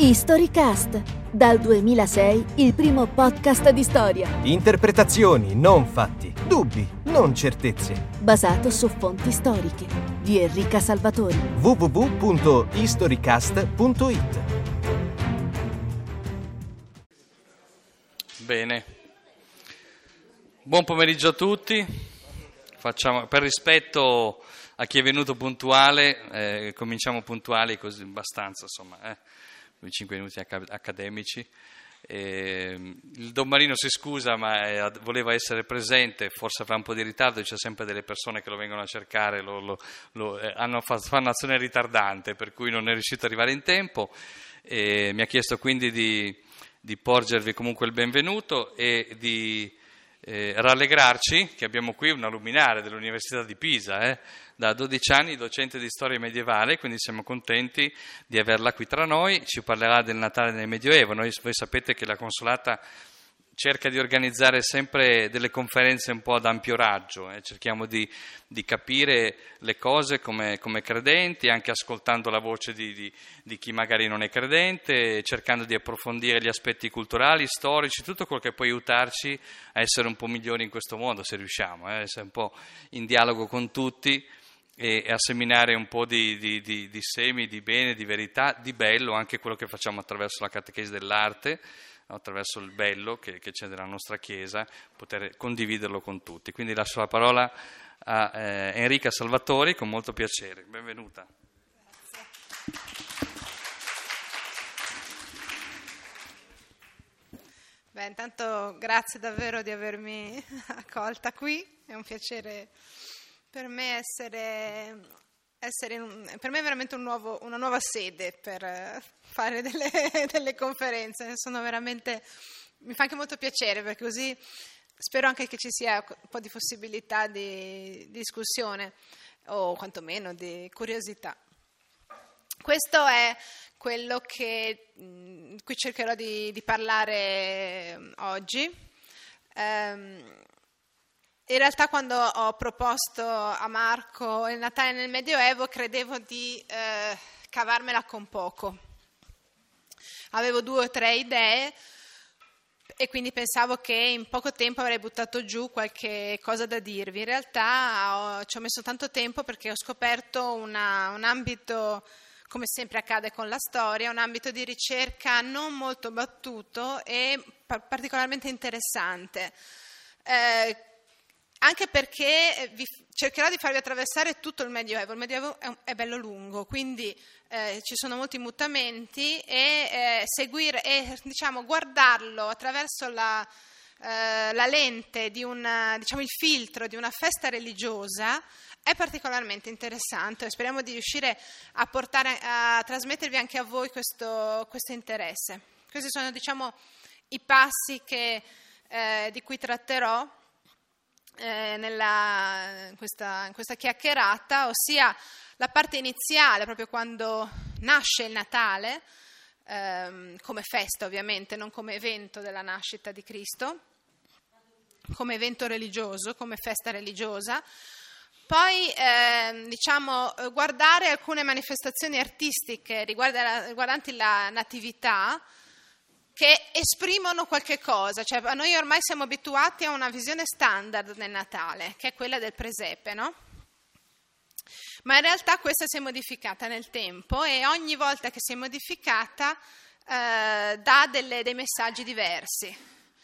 Historycast, dal 2006 il primo podcast di storia. Interpretazioni, non fatti. Dubbi, non certezze. Basato su fonti storiche. Di Enrica Salvatori. www.historycast.it. Bene. Buon pomeriggio a tutti. Per rispetto a chi è venuto puntuale, cominciamo puntuali così abbastanza, insomma, 5 minuti accademici. Il Don Marino si scusa, ma voleva essere presente, forse avrà un po' di ritardo, c'è sempre delle persone che lo vengono a cercare, fanno azione ritardante, per cui non è riuscito ad arrivare in tempo. Mi ha chiesto quindi di porgervi comunque il benvenuto e di rallegrarci che abbiamo qui una luminare dell'Università di Pisa, da 12 anni docente di storia medievale, quindi siamo contenti di averla qui tra noi. Ci parlerà del Natale nel Medioevo. Voi sapete che la Consolata cerca di organizzare sempre delle conferenze un po' ad ampio raggio, cerchiamo di capire le cose come credenti, anche ascoltando la voce di chi magari non è credente, cercando di approfondire gli aspetti culturali, storici, tutto quello che può aiutarci a essere un po' migliori in questo mondo, se riusciamo, essere un po' in dialogo con tutti e a seminare un po' di semi, di bene, di verità, di bello, anche quello che facciamo attraverso la catechesi dell'arte, attraverso il bello che c'è nella nostra Chiesa, poter condividerlo con tutti. Quindi lascio la parola a Enrica Salvatori con molto piacere. Benvenuta. Beh, intanto grazie davvero di avermi accolta qui, è un piacere per me per me è veramente una nuova sede per fare delle conferenze. Mi fa anche molto piacere, perché così spero anche che ci sia un po' di possibilità di discussione o quantomeno di curiosità. Questo è quello cui cercherò di parlare oggi. In realtà, quando ho proposto a Marco il Natale nel Medioevo, credevo di cavarmela con poco. Avevo 2 o 3 idee e quindi pensavo che in poco tempo avrei buttato giù qualche cosa da dirvi. In realtà ci ho messo tanto tempo, perché ho scoperto un ambito, come sempre accade con la storia, un ambito di ricerca non molto battuto e particolarmente interessante. Anche perché cercherò di farvi attraversare tutto il Medioevo. Il Medioevo è bello lungo, quindi ci sono molti mutamenti e seguire e guardarlo attraverso la lente di il filtro di una festa religiosa è particolarmente interessante. Speriamo di riuscire a trasmettervi anche a voi questo interesse. Questi sono i passi di cui tratterò in questa chiacchierata, ossia la parte iniziale, proprio quando nasce il Natale, come festa ovviamente, non come evento della nascita di Cristo, come evento religioso, come festa religiosa. Poi guardare alcune manifestazioni artistiche riguardanti la natività, che esprimono qualche cosa. Noi ormai siamo abituati a una visione standard del Natale, che è quella del presepe, no? Ma in realtà questa si è modificata nel tempo, e ogni volta che si è modificata dà dei messaggi diversi.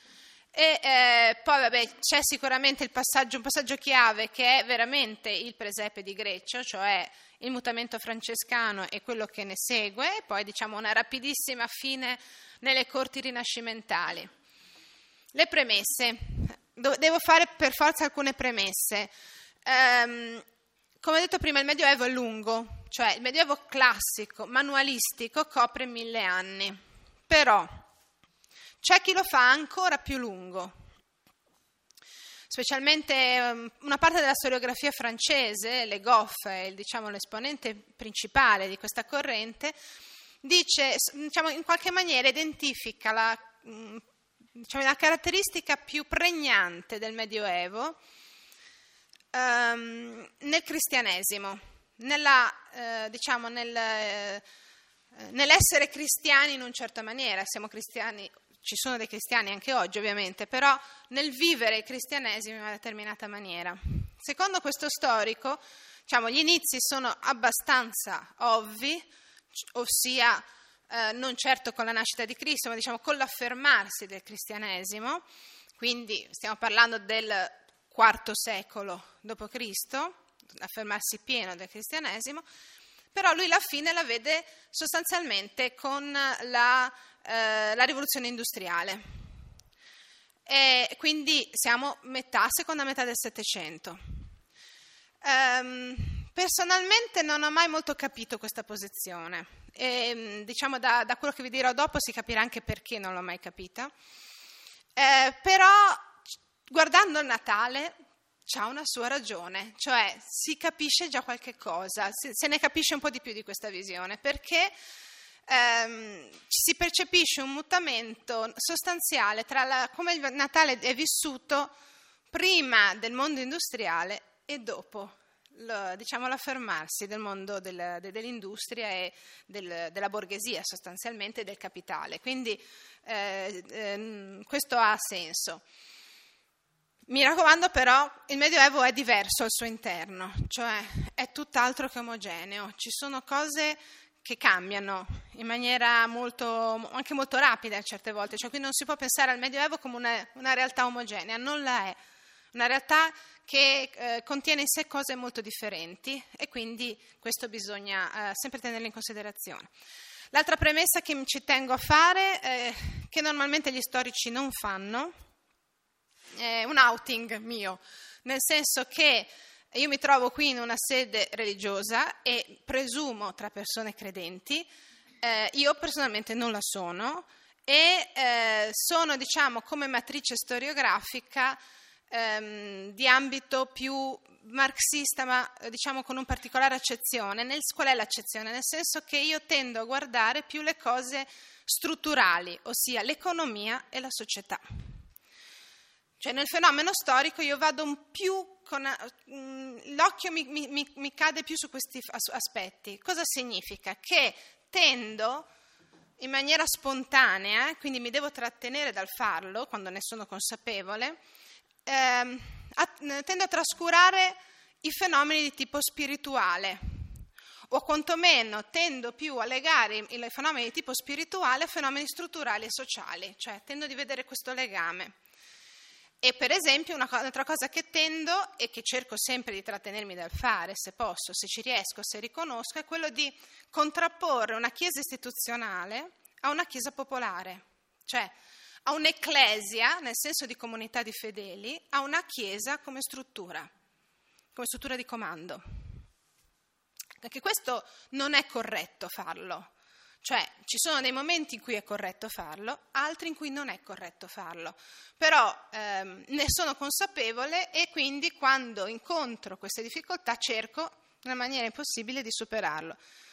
E poi c'è sicuramente un passaggio chiave, che è veramente il presepe di Greccio, cioè il mutamento francescano e quello che ne segue, e poi una rapidissima fine nelle corti rinascimentali. Le premesse. Devo fare per forza alcune premesse. Come ho detto prima, il Medioevo è lungo, cioè il Medioevo classico, manualistico, copre 1000 anni. Però c'è chi lo fa ancora più lungo. Specialmente una parte della storiografia francese, Le Goff, l'esponente principale di questa corrente, dice, in qualche maniera identifica la caratteristica più pregnante del Medioevo nel cristianesimo, nel nell'essere cristiani in una certa maniera. Siamo cristiani, ci sono dei cristiani anche oggi ovviamente, però nel vivere il cristianesimo in una determinata maniera. Secondo questo storico, diciamo, gli inizi sono abbastanza ovvi, ossia non certo con la nascita di Cristo, ma diciamo con l'affermarsi del cristianesimo, quindi stiamo parlando del IV secolo d.C., l'affermarsi pieno del cristianesimo, però lui la fine la vede sostanzialmente con la rivoluzione industriale. E quindi siamo seconda metà del Settecento. Personalmente non ho mai molto capito questa posizione e diciamo da quello che vi dirò dopo si capirà anche perché non l'ho mai capita, però guardando il Natale c'ha una sua ragione, cioè si capisce già qualche cosa, se ne capisce un po' di più di questa visione, perché si percepisce un mutamento sostanziale tra come il Natale è vissuto prima del mondo industriale e dopo, diciamo, l'affermarsi del mondo dell'industria e della borghesia sostanzialmente, del capitale. Quindi questo ha senso. Mi raccomando però, il Medioevo è diverso al suo interno, cioè è tutt'altro che omogeneo, ci sono cose che cambiano in maniera anche molto rapida certe volte, cioè qui non si può pensare al Medioevo come una realtà omogenea, non la è, una realtà che contiene in sé cose molto differenti e quindi questo bisogna sempre tenerlo in considerazione. L'altra premessa che ci tengo a fare, che normalmente gli storici non fanno, è un outing mio, nel senso che io mi trovo qui in una sede religiosa e presumo tra persone credenti, io personalmente non la sono e sono, diciamo, come matrice storiografica di ambito più marxista, ma diciamo con un particolare accezione. Qual è l'accezione? Nel senso che io tendo a guardare più le cose strutturali, ossia l'economia e la società. Cioè nel fenomeno storico io vado l'occhio mi cade più su questi aspetti. Cosa significa? Che tendo in maniera spontanea, quindi mi devo trattenere dal farlo quando ne sono consapevole, tendo a trascurare i fenomeni di tipo spirituale, o quantomeno tendo più a legare i fenomeni di tipo spirituale a fenomeni strutturali e sociali, cioè tendo di vedere questo legame. E per esempio un'altra cosa che tendo e che cerco sempre di trattenermi dal fare, se posso, se ci riesco, se riconosco, è quello di contrapporre una chiesa istituzionale a una chiesa popolare, cioè a un'ecclesia, nel senso di comunità di fedeli, a una chiesa come struttura di comando. Anche questo non è corretto farlo. Cioè, ci sono dei momenti in cui è corretto farlo, altri in cui non è corretto farlo. Però ne sono consapevole e quindi quando incontro queste difficoltà cerco nella maniera possibile di superarlo.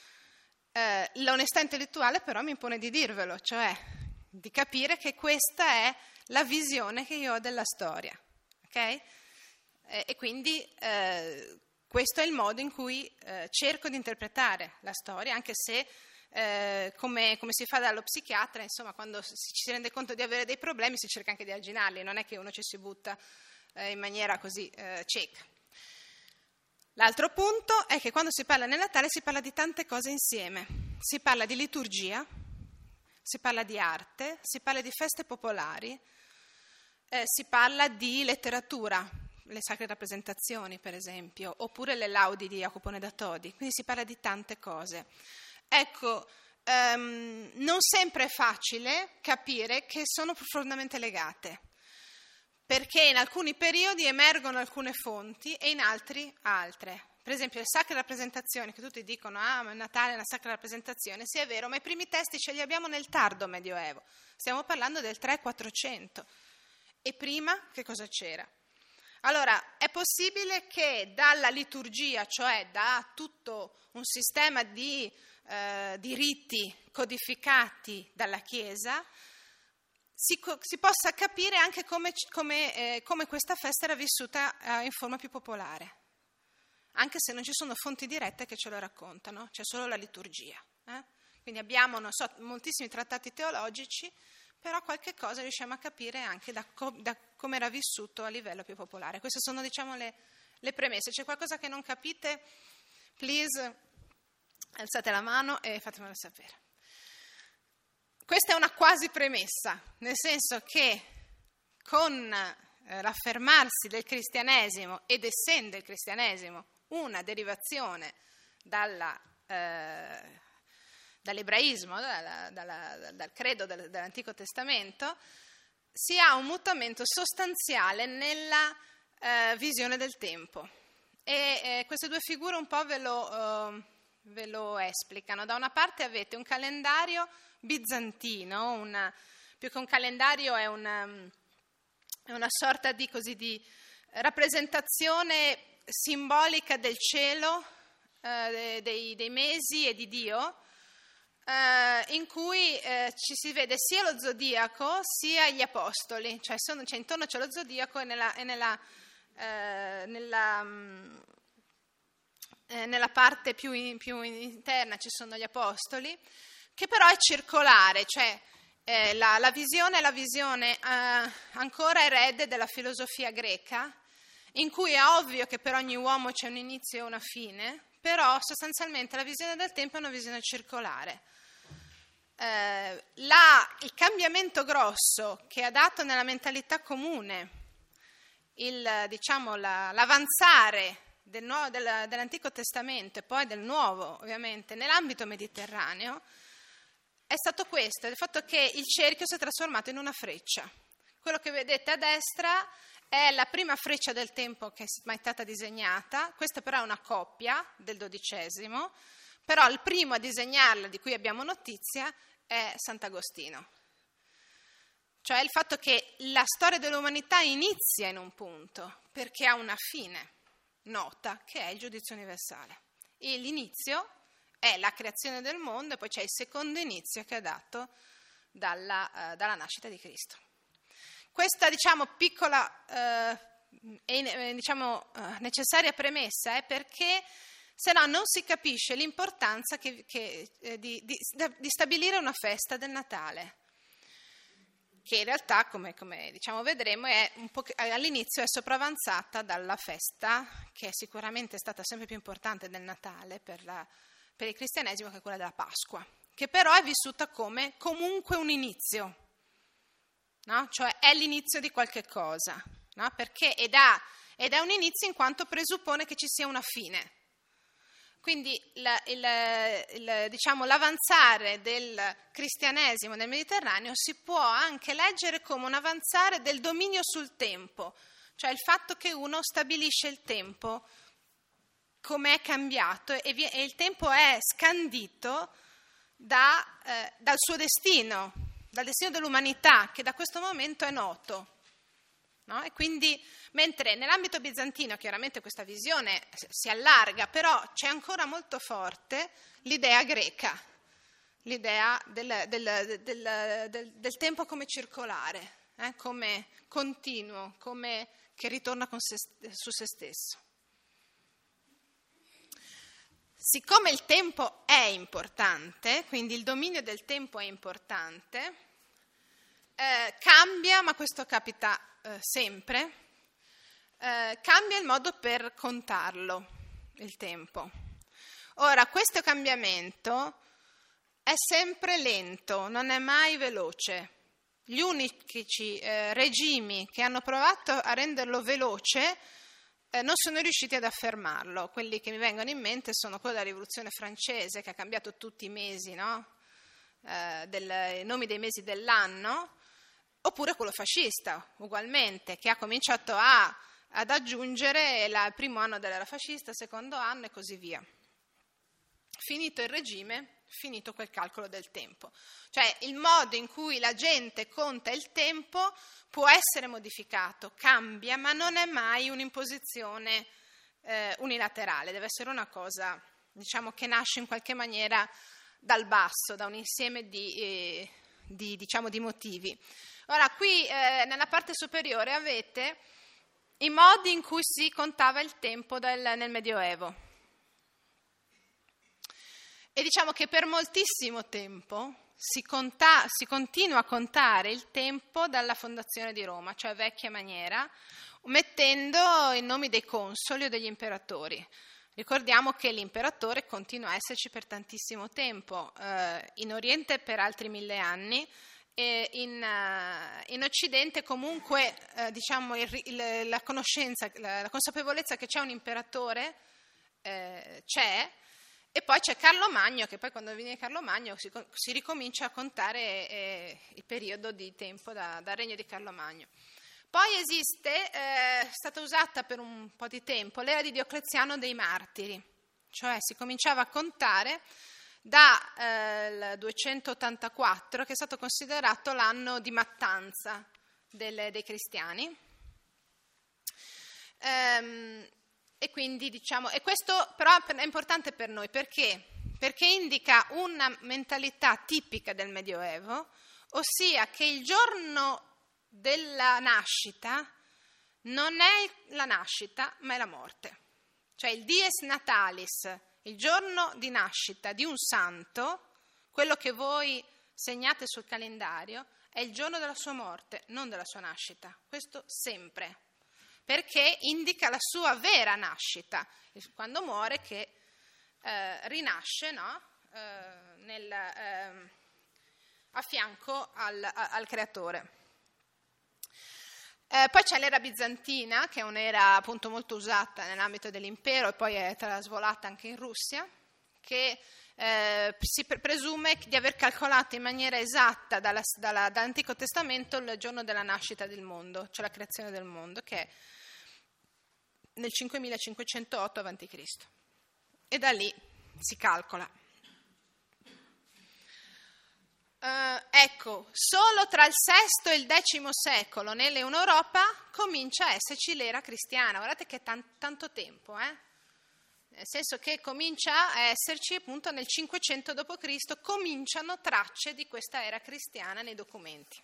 L'onestà intellettuale però mi impone di dirvelo, cioè di capire che questa è la visione che io ho della storia. Ok? E quindi questo è il modo in cui cerco di interpretare la storia, anche se come si fa dallo psichiatra, insomma, quando ci si rende conto di avere dei problemi si cerca anche di arginarli, non è che uno ci si butta in maniera così cieca. L'altro punto è che quando si parla nel Natale si parla di tante cose insieme, si parla di liturgia, si parla di arte, si parla di feste popolari, si parla di letteratura, le sacre rappresentazioni per esempio, oppure le laudi di Jacopone da Todi, quindi si parla di tante cose. Ecco, non sempre è facile capire che sono profondamente legate, perché in alcuni periodi emergono alcune fonti e in altri altre. Per esempio le sacre rappresentazioni, che tutti dicono ma Natale è una sacra rappresentazione, sì è vero, ma i primi testi ce li abbiamo nel tardo Medioevo, stiamo parlando del 300-400. E prima che cosa c'era? Allora, è possibile che dalla liturgia, cioè da tutto un sistema di riti codificati dalla Chiesa, si possa capire anche come questa festa era vissuta in forma più popolare, anche se non ci sono fonti dirette che ce lo raccontano, c'è solo la liturgia, Quindi abbiamo, non so, moltissimi trattati teologici, però qualche cosa riusciamo a capire anche da come era vissuto a livello più popolare. Queste sono, diciamo, le premesse. C'è qualcosa che non capite? Please, alzate la mano e fatemelo sapere. Questa è una quasi premessa, nel senso che con l'affermarsi del cristianesimo ed essendo il cristianesimo una derivazione dall'ebraismo, dal credo dell'Antico Testamento, si ha un mutamento sostanziale nella visione del tempo. E queste due figure un po' ve lo esplicano. Da una parte avete un calendario bizantino, più che un calendario è una sorta di rappresentazione simbolica del cielo, dei mesi e di Dio, in cui ci si vede sia lo zodiaco sia gli apostoli, cioè intorno c'è lo zodiaco e nella parte più interna ci sono gli apostoli, che però è circolare, cioè la visione è la visione ancora erede della filosofia greca, in cui è ovvio che per ogni uomo c'è un inizio e una fine, però sostanzialmente la visione del tempo è una visione circolare. Il cambiamento grosso che ha dato nella mentalità comune l'avanzare dell'Antico Testamento e poi del Nuovo, ovviamente, nell'ambito mediterraneo, è stato questo, il fatto che il cerchio si è trasformato in una freccia. Quello che vedete a destra è la prima freccia del tempo che è mai stata disegnata, questa però è una copia del XII, però il primo a disegnarla, di cui abbiamo notizia, è Sant'Agostino. Cioè il fatto che la storia dell'umanità inizia in un punto, perché ha una fine nota, che è il giudizio universale. E l'inizio è la creazione del mondo e poi c'è il secondo inizio che è dato dalla nascita di Cristo. Questa, piccola e necessaria premessa è perché se no non si capisce l'importanza di stabilire una festa del Natale, che in realtà, come vedremo, all'inizio è sopravanzata dalla festa, che è sicuramente stata sempre più importante del Natale per il cristianesimo, che è quella della Pasqua, che però è vissuta come comunque un inizio, no? Cioè è l'inizio di qualche cosa, no? Perché ed è un inizio in quanto presuppone che ci sia una fine. Quindi l'avanzare del cristianesimo nel Mediterraneo si può anche leggere come un avanzare del dominio sul tempo, cioè il fatto che uno stabilisce il tempo come è cambiato e il tempo è scandito dal suo destino, dal destino dell'umanità, che da questo momento è noto. No? E quindi, mentre nell'ambito bizantino chiaramente questa visione si allarga, però c'è ancora molto forte l'idea greca, l'idea del tempo come circolare, come continuo, come che ritorna su se stesso. Siccome il tempo è importante, quindi il dominio del tempo è importante, cambia, ma questo capita sempre, cambia il modo per contarlo, il tempo. Ora, questo cambiamento è sempre lento, non è mai veloce. Gli unici regimi che hanno provato a renderlo veloce non sono riusciti ad affermarlo. Quelli che mi vengono in mente sono quello della Rivoluzione francese, che ha cambiato tutti i mesi, no? I nomi dei mesi dell'anno, oppure quello fascista, ugualmente, che ha cominciato ad aggiungere il primo anno dell'era fascista, il secondo anno e così via. Finito il regime, finito quel calcolo del tempo. Cioè il modo in cui la gente conta il tempo può essere modificato, cambia, ma non è mai un'imposizione unilaterale, deve essere una cosa, che nasce in qualche maniera dal basso, da un insieme di motivi. Ora, qui nella parte superiore avete i modi in cui si contava il tempo nel Medioevo. E diciamo che per moltissimo tempo si continua a contare il tempo dalla fondazione di Roma, cioè vecchia maniera, mettendo i nomi dei consoli o degli imperatori. Ricordiamo che l'imperatore continua a esserci per tantissimo tempo, in Oriente per altri 1000 anni, e in Occidente comunque diciamo la conoscenza, la consapevolezza che c'è un imperatore c'è. E poi c'è Carlo Magno, che poi quando viene Carlo Magno si ricomincia a contare il periodo di tempo dal regno di Carlo Magno. Poi esiste, è stata usata per un po' di tempo, l'era di Diocleziano dei martiri, cioè si cominciava a contare dal 284, che è stato considerato l'anno di mattanza dei cristiani. E quindi diciamo, e questo però è importante per noi perché indica una mentalità tipica del Medioevo, ossia che il giorno della nascita non è la nascita ma è la morte, cioè il dies natalis, il giorno di nascita di un santo, quello che voi segnate sul calendario, è il giorno della sua morte, non della sua nascita, questo sempre. Perché indica la sua vera nascita, quando muore che rinasce, no? A fianco al creatore. Poi c'è l'era bizantina, che è un'era appunto molto usata nell'ambito dell'impero e poi è trasvolata anche in Russia, che si presume di aver calcolato in maniera esatta dall'Antico Testamento il giorno della nascita del mondo, cioè la creazione del mondo, che è nel 5508 a.C. E da lì si calcola. Ecco, solo tra il VI e il X secolo nell'Europa comincia a esserci l'era cristiana. Guardate che è tanto tempo, nel senso che comincia a esserci appunto nel 500 d.C. cominciano tracce di questa era cristiana nei documenti.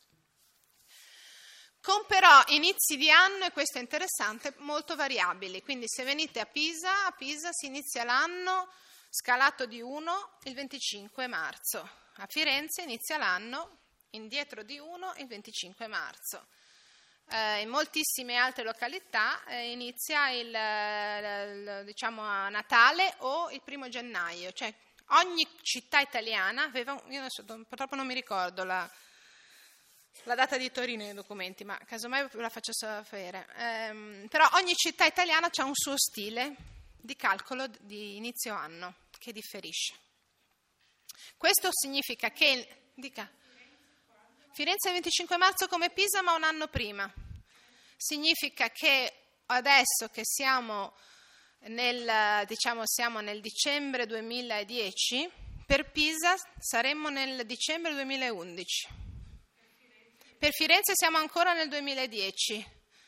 Con però inizi di anno, e questo è interessante, molto variabili. Quindi se venite a Pisa si inizia l'anno scalato di 1 il 25 marzo. A Firenze inizia l'anno indietro di 1 il 25 marzo. In moltissime altre località inizia diciamo a Natale o il 1 gennaio. Cioè ogni città italiana aveva, io adesso purtroppo non mi ricordo la data di Torino nei documenti, ma casomai ve la faccio sapere. Però ogni città italiana ha un suo stile di calcolo di inizio anno che differisce. Questo significa che Firenze è il 25 marzo come Pisa, ma un anno prima. Significa che adesso che siamo nel dicembre 2010, per Pisa saremmo nel dicembre 2011. Per Firenze siamo ancora nel 2010,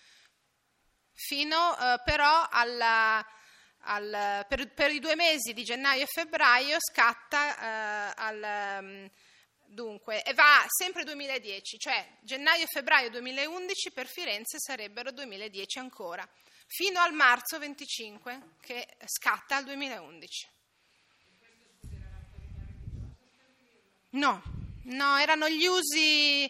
fino però per i 2 mesi di gennaio e febbraio scatta dunque, e va sempre 2010, cioè gennaio e febbraio 2011 per Firenze sarebbero 2010 ancora, fino al marzo 25 che scatta al 2011. No, erano gli usi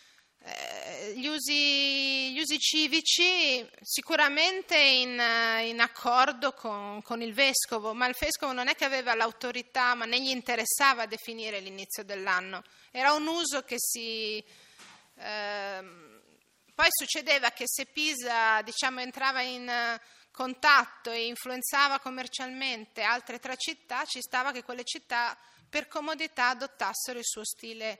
civici, sicuramente in accordo con il vescovo, ma il vescovo non è che aveva l'autorità, ma né gli interessava definire l'inizio dell'anno. Era un uso che poi succedeva che se Pisa, entrava in contatto e influenzava commercialmente altre 3 città, ci stava che quelle città per comodità adottassero il suo stile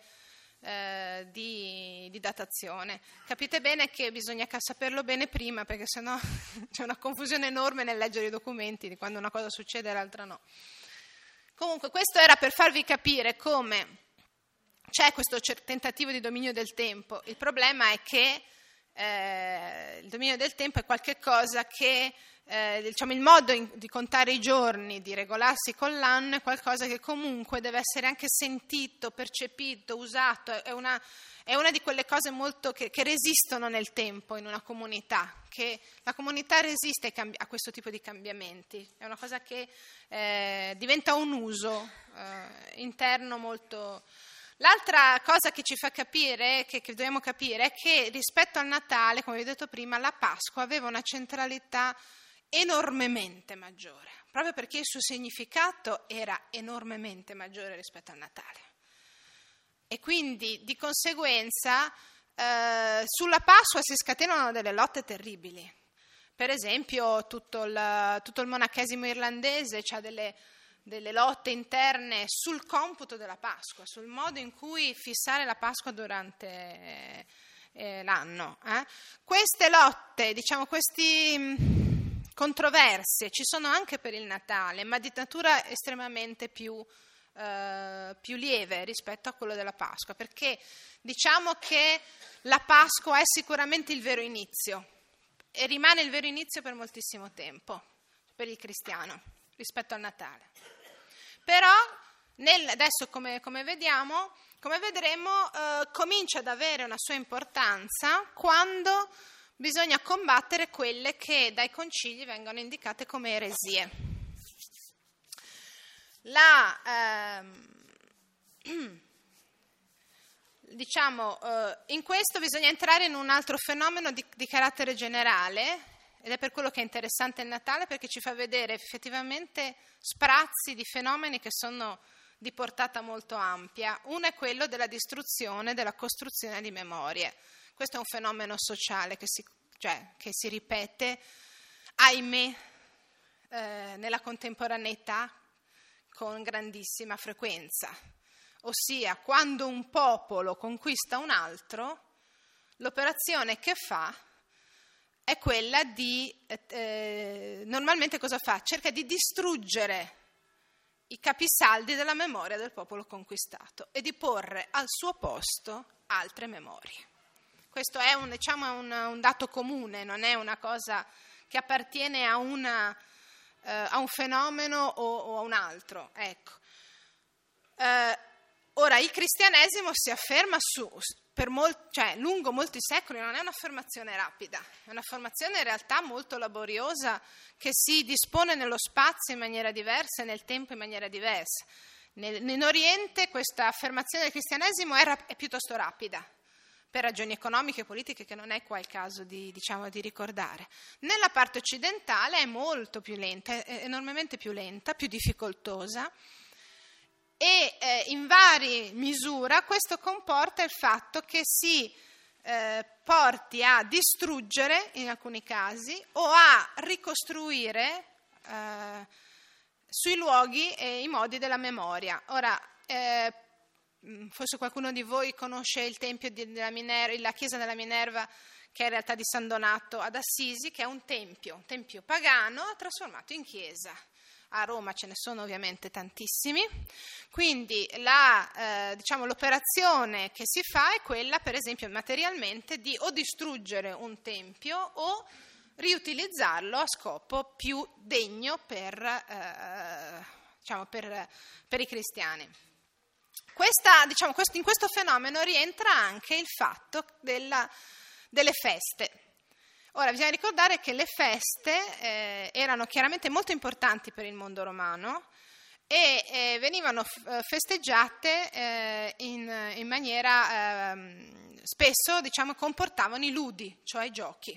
di datazione. Capite bene che bisogna saperlo bene prima, perché sennò c'è una confusione enorme nel leggere i documenti di quando una cosa succede e l'altra no. Comunque questo era per farvi capire come c'è questo tentativo di dominio del tempo. Il problema è che il dominio del tempo è qualche cosa che il modo di contare i giorni, di regolarsi con l'anno, è qualcosa che comunque deve essere anche sentito, percepito, usato. È una di quelle cose molto che resistono nel tempo in una comunità, che la comunità resiste a questo tipo di cambiamenti. È una cosa che diventa un uso interno molto... L'altra cosa che ci fa capire, che dobbiamo capire, è che rispetto al Natale, come vi ho detto prima, la Pasqua aveva una centralità enormemente maggiore, proprio perché il suo significato era enormemente maggiore rispetto al Natale. E quindi, di conseguenza, sulla Pasqua si scatenano delle lotte terribili. Per esempio, tutto il monachesimo irlandese ha delle lotte interne sul computo della Pasqua, sul modo in cui fissare la Pasqua durante l'anno. Queste lotte, questi controversie ci sono anche per il Natale, ma di natura estremamente più lieve rispetto a quello della Pasqua, perché diciamo che la Pasqua è sicuramente il vero inizio e rimane il vero inizio per moltissimo tempo per il cristiano rispetto al Natale. Però adesso come vedremo, comincia ad avere una sua importanza quando bisogna combattere quelle che dai concili vengono indicate come eresie. In questo bisogna entrare in un altro fenomeno di carattere generale, ed è per quello che è interessante il Natale, perché ci fa vedere effettivamente sprazzi di fenomeni che sono di portata molto ampia. Uno è quello della distruzione, della costruzione di memorie. Questo è un fenomeno sociale che si ripete, ahimè, nella contemporaneità con grandissima frequenza. Ossia, quando un popolo conquista un altro, l'operazione che fa è quella di, normalmente cosa fa? Cerca di distruggere i capisaldi della memoria del popolo conquistato e di porre al suo posto altre memorie. Questo è un dato comune, non è una cosa che appartiene a un fenomeno o a un altro. Ecco. Ora, il cristianesimo si afferma lungo molti secoli, non è un'affermazione rapida, è un'affermazione in realtà molto laboriosa che si dispone nello spazio in maniera diversa e nel tempo in maniera diversa. In Oriente questa affermazione del cristianesimo è piuttosto rapida, per ragioni economiche e politiche che non è qua il caso di ricordare. Nella parte occidentale è molto più lenta, è enormemente più lenta, più difficoltosa, e in varie misura questo comporta il fatto che si porti a distruggere in alcuni casi o a ricostruire sui luoghi e i modi della memoria. Ora, forse qualcuno di voi conosce il tempio della Minerva, la chiesa della Minerva, che è in realtà di San Donato ad Assisi, che è un tempio pagano trasformato in chiesa. A Roma ce ne sono ovviamente tantissimi, quindi l'operazione che si fa è quella, per esempio materialmente, di o distruggere un tempio o riutilizzarlo a scopo più degno per i cristiani. In questo fenomeno rientra anche il fatto delle feste. Ora, bisogna ricordare che le feste erano chiaramente molto importanti per il mondo romano e venivano festeggiate in maniera, spesso comportavano i ludi, cioè i giochi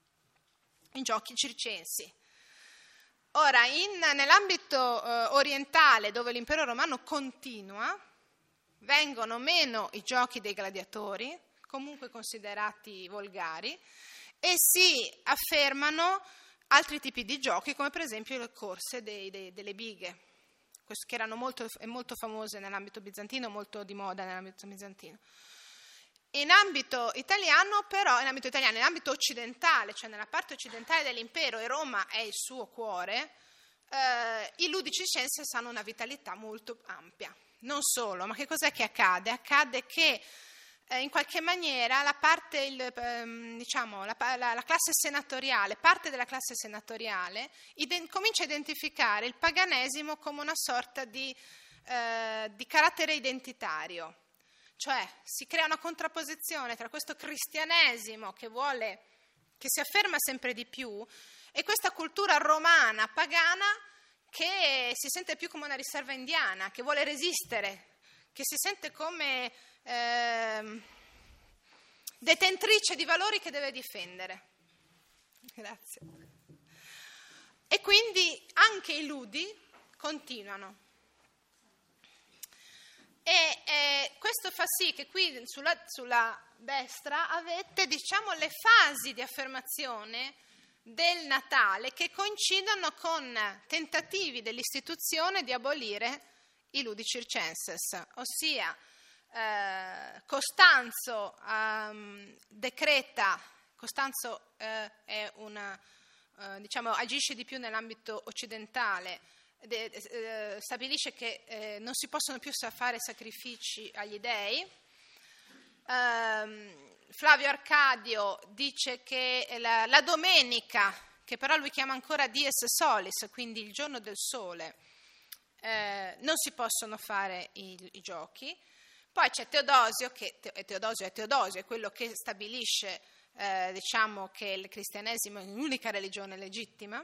circensi. Ora, nell'ambito orientale, dove l'impero romano continua, vengono meno i giochi dei gladiatori, comunque considerati volgari, e si affermano altri tipi di giochi, come per esempio le corse delle bighe, che erano molto famose nell'ambito bizantino, molto di moda nell'ambito bizantino. In ambito italiano, però, nell'ambito occidentale, cioè nella parte occidentale dell'impero, e Roma è il suo cuore, i ludi circensi hanno una vitalità molto ampia. Non solo, ma che cos'è che accade? Accade che in qualche maniera la classe senatoriale, parte della classe senatoriale, comincia a identificare il paganesimo come una sorta di carattere identitario. Cioè si crea una contrapposizione tra questo cristianesimo che si afferma sempre di più, e questa cultura romana pagana che si sente più come una riserva indiana, che vuole resistere, che si sente come detentrice di valori che deve difendere. Grazie. E quindi anche i ludi continuano. E questo fa sì che qui sulla destra avete, diciamo, le fasi di affermazione del Natale che coincidono con tentativi dell'istituzione di abolire i ludi circenses, ossia Costanzo decreta, Costanzo è agisce di più nell'ambito occidentale, stabilisce che non si possono più fare sacrifici agli dei. Flavio Arcadio dice che la domenica, che però lui chiama ancora Dies Solis, quindi il giorno del sole, non si possono fare i giochi. Poi c'è Teodosio, è quello che stabilisce che il cristianesimo è l'unica religione legittima,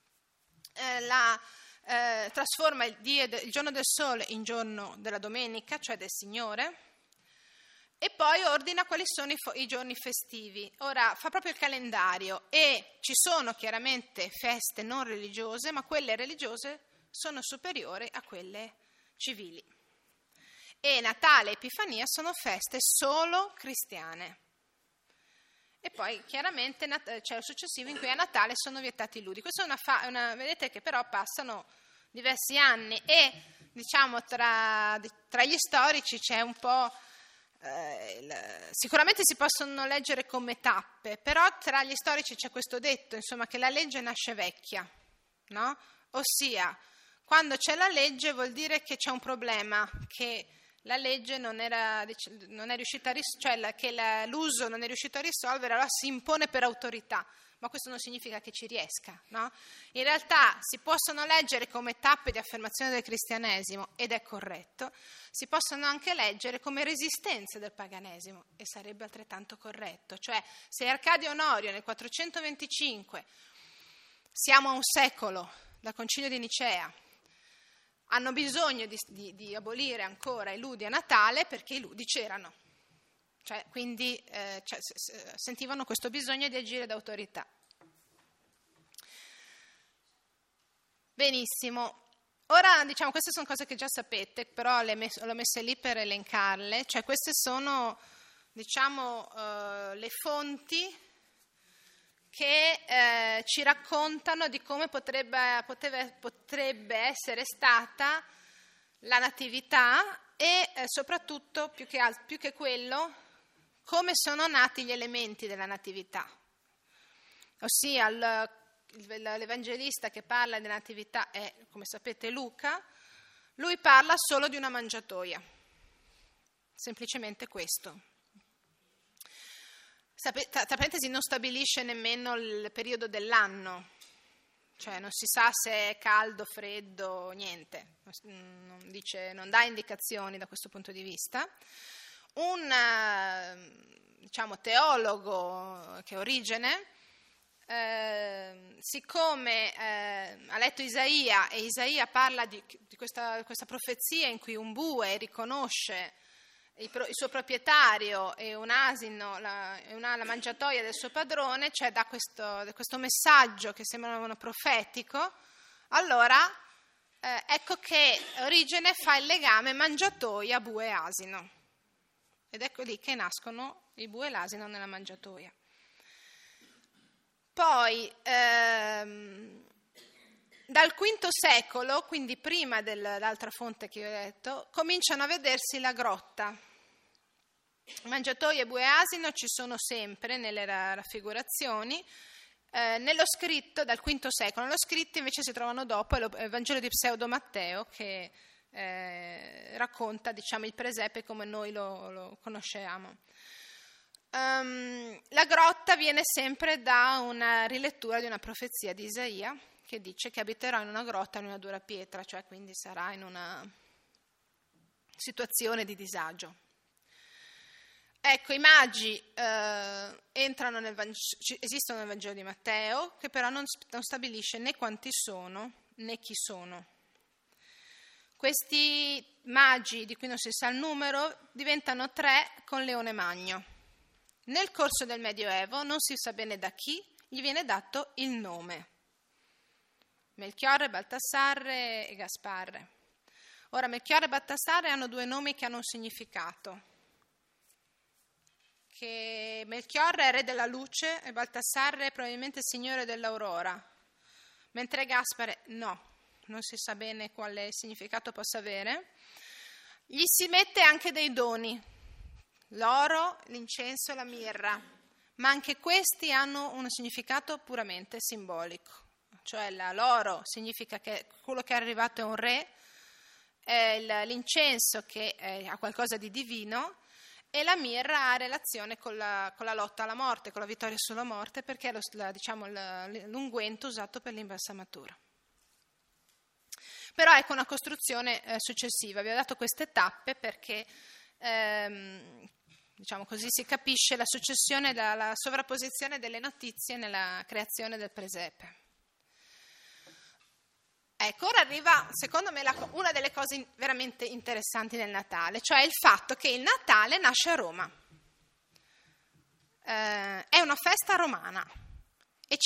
trasforma il giorno del sole in giorno della domenica, cioè del Signore, e poi ordina quali sono i giorni festivi. Ora fa proprio il calendario e ci sono chiaramente feste non religiose, ma quelle religiose sono superiori a quelle civili. E Natale e Epifania sono feste solo cristiane. E poi chiaramente c'è il successivo in cui a Natale sono vietati i ludi. Questa è vedete che però passano diversi anni e diciamo tra gli storici c'è un po', sicuramente si possono leggere come tappe, però tra gli storici c'è questo detto, insomma, che la legge nasce vecchia, no? Ossia, quando c'è la legge vuol dire che c'è un problema, che la legge non è riuscita che l'uso non è riuscito a risolvere, allora si impone per autorità, ma questo non significa che ci riesca, no? In realtà si possono leggere come tappe di affermazione del cristianesimo, ed è corretto, si possono anche leggere come resistenze del paganesimo, e sarebbe altrettanto corretto. Cioè, se Arcadio Onorio nel 425, siamo a un secolo dal Concilio di Nicea, hanno bisogno di abolire ancora i ludi a Natale perché i ludi c'erano, quindi sentivano questo bisogno di agire d'autorità. Benissimo, ora diciamo queste sono cose che già sapete, però l'ho messe lì per elencarle, cioè queste sono le fonti che ci raccontano di come potrebbe essere stata la natività e soprattutto, più che quello, come sono nati gli elementi della natività. Ossia, l'evangelista che parla della natività è, come sapete, Luca. Lui parla solo di una mangiatoia, semplicemente questo. Tra parentesi, non stabilisce nemmeno il periodo dell'anno, cioè non si sa se è caldo, freddo, niente, non dà indicazioni da questo punto di vista. Un teologo che è Origene, siccome ha letto Isaia e Isaia parla di questa profezia in cui un bue riconosce il suo proprietario e un asino la mangiatoia del suo padrone, cioè dà questo messaggio che sembra profetico, allora ecco che Origene fa il legame mangiatoia, bue e asino, ed ecco lì che nascono il bue e l'asino nella mangiatoia. Poi dal V secolo, quindi prima dell'altra fonte che ho detto, cominciano a vedersi la grotta. Mangiatoia e bue e asino ci sono sempre nelle raffigurazioni, nello scritto dal V secolo, nello scritto invece si trovano dopo il Vangelo di Pseudo Matteo che racconta il presepe come noi lo conosciamo. La grotta viene sempre da una rilettura di una profezia di Isaia che dice che abiterò in una grotta in una dura pietra, cioè quindi sarà in una situazione di disagio. Ecco, i magi esistono nel Vangelo di Matteo, che però non stabilisce né quanti sono né chi sono. Questi magi, di cui non si sa il numero, diventano 3 con Leone Magno. Nel corso del Medioevo, non si sa bene da chi, gli viene dato il nome. Melchiorre, Baldassarre e Gasparre. Ora, Melchiorre e Baldassarre hanno 2 nomi che hanno un significato. Che Melchiorre è re della luce e Baldassarre è probabilmente signore dell'aurora, mentre Gaspare no, non si sa bene quale significato possa avere. Gli si mette anche dei doni, l'oro, l'incenso e la mirra, ma anche questi hanno un significato puramente simbolico. Cioè l'oro significa che quello che è arrivato è un re, l'incenso che ha qualcosa di divino e la mirra ha relazione con la lotta alla morte, con la vittoria sulla morte, perché è l'unguento usato per l'imbalsamatura. Però ecco una costruzione successiva. Vi ho dato queste tappe perché così si capisce la successione, la sovrapposizione delle notizie nella creazione del presepe. Ecco, ora arriva, secondo me, una delle cose veramente interessanti del Natale, cioè il fatto che il Natale nasce a Roma. È una festa romana e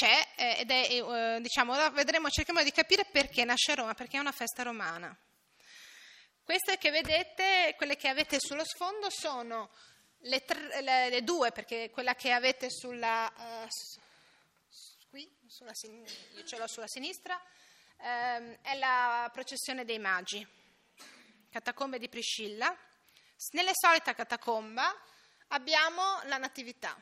cerchiamo di capire perché nasce a Roma, perché è una festa romana. Queste che vedete, quelle che avete sullo sfondo, sono le 2, perché quella che avete io ce l'ho sulla sinistra, è la processione dei magi, catacombe di Priscilla. Nelle solite catacomba abbiamo la Natività.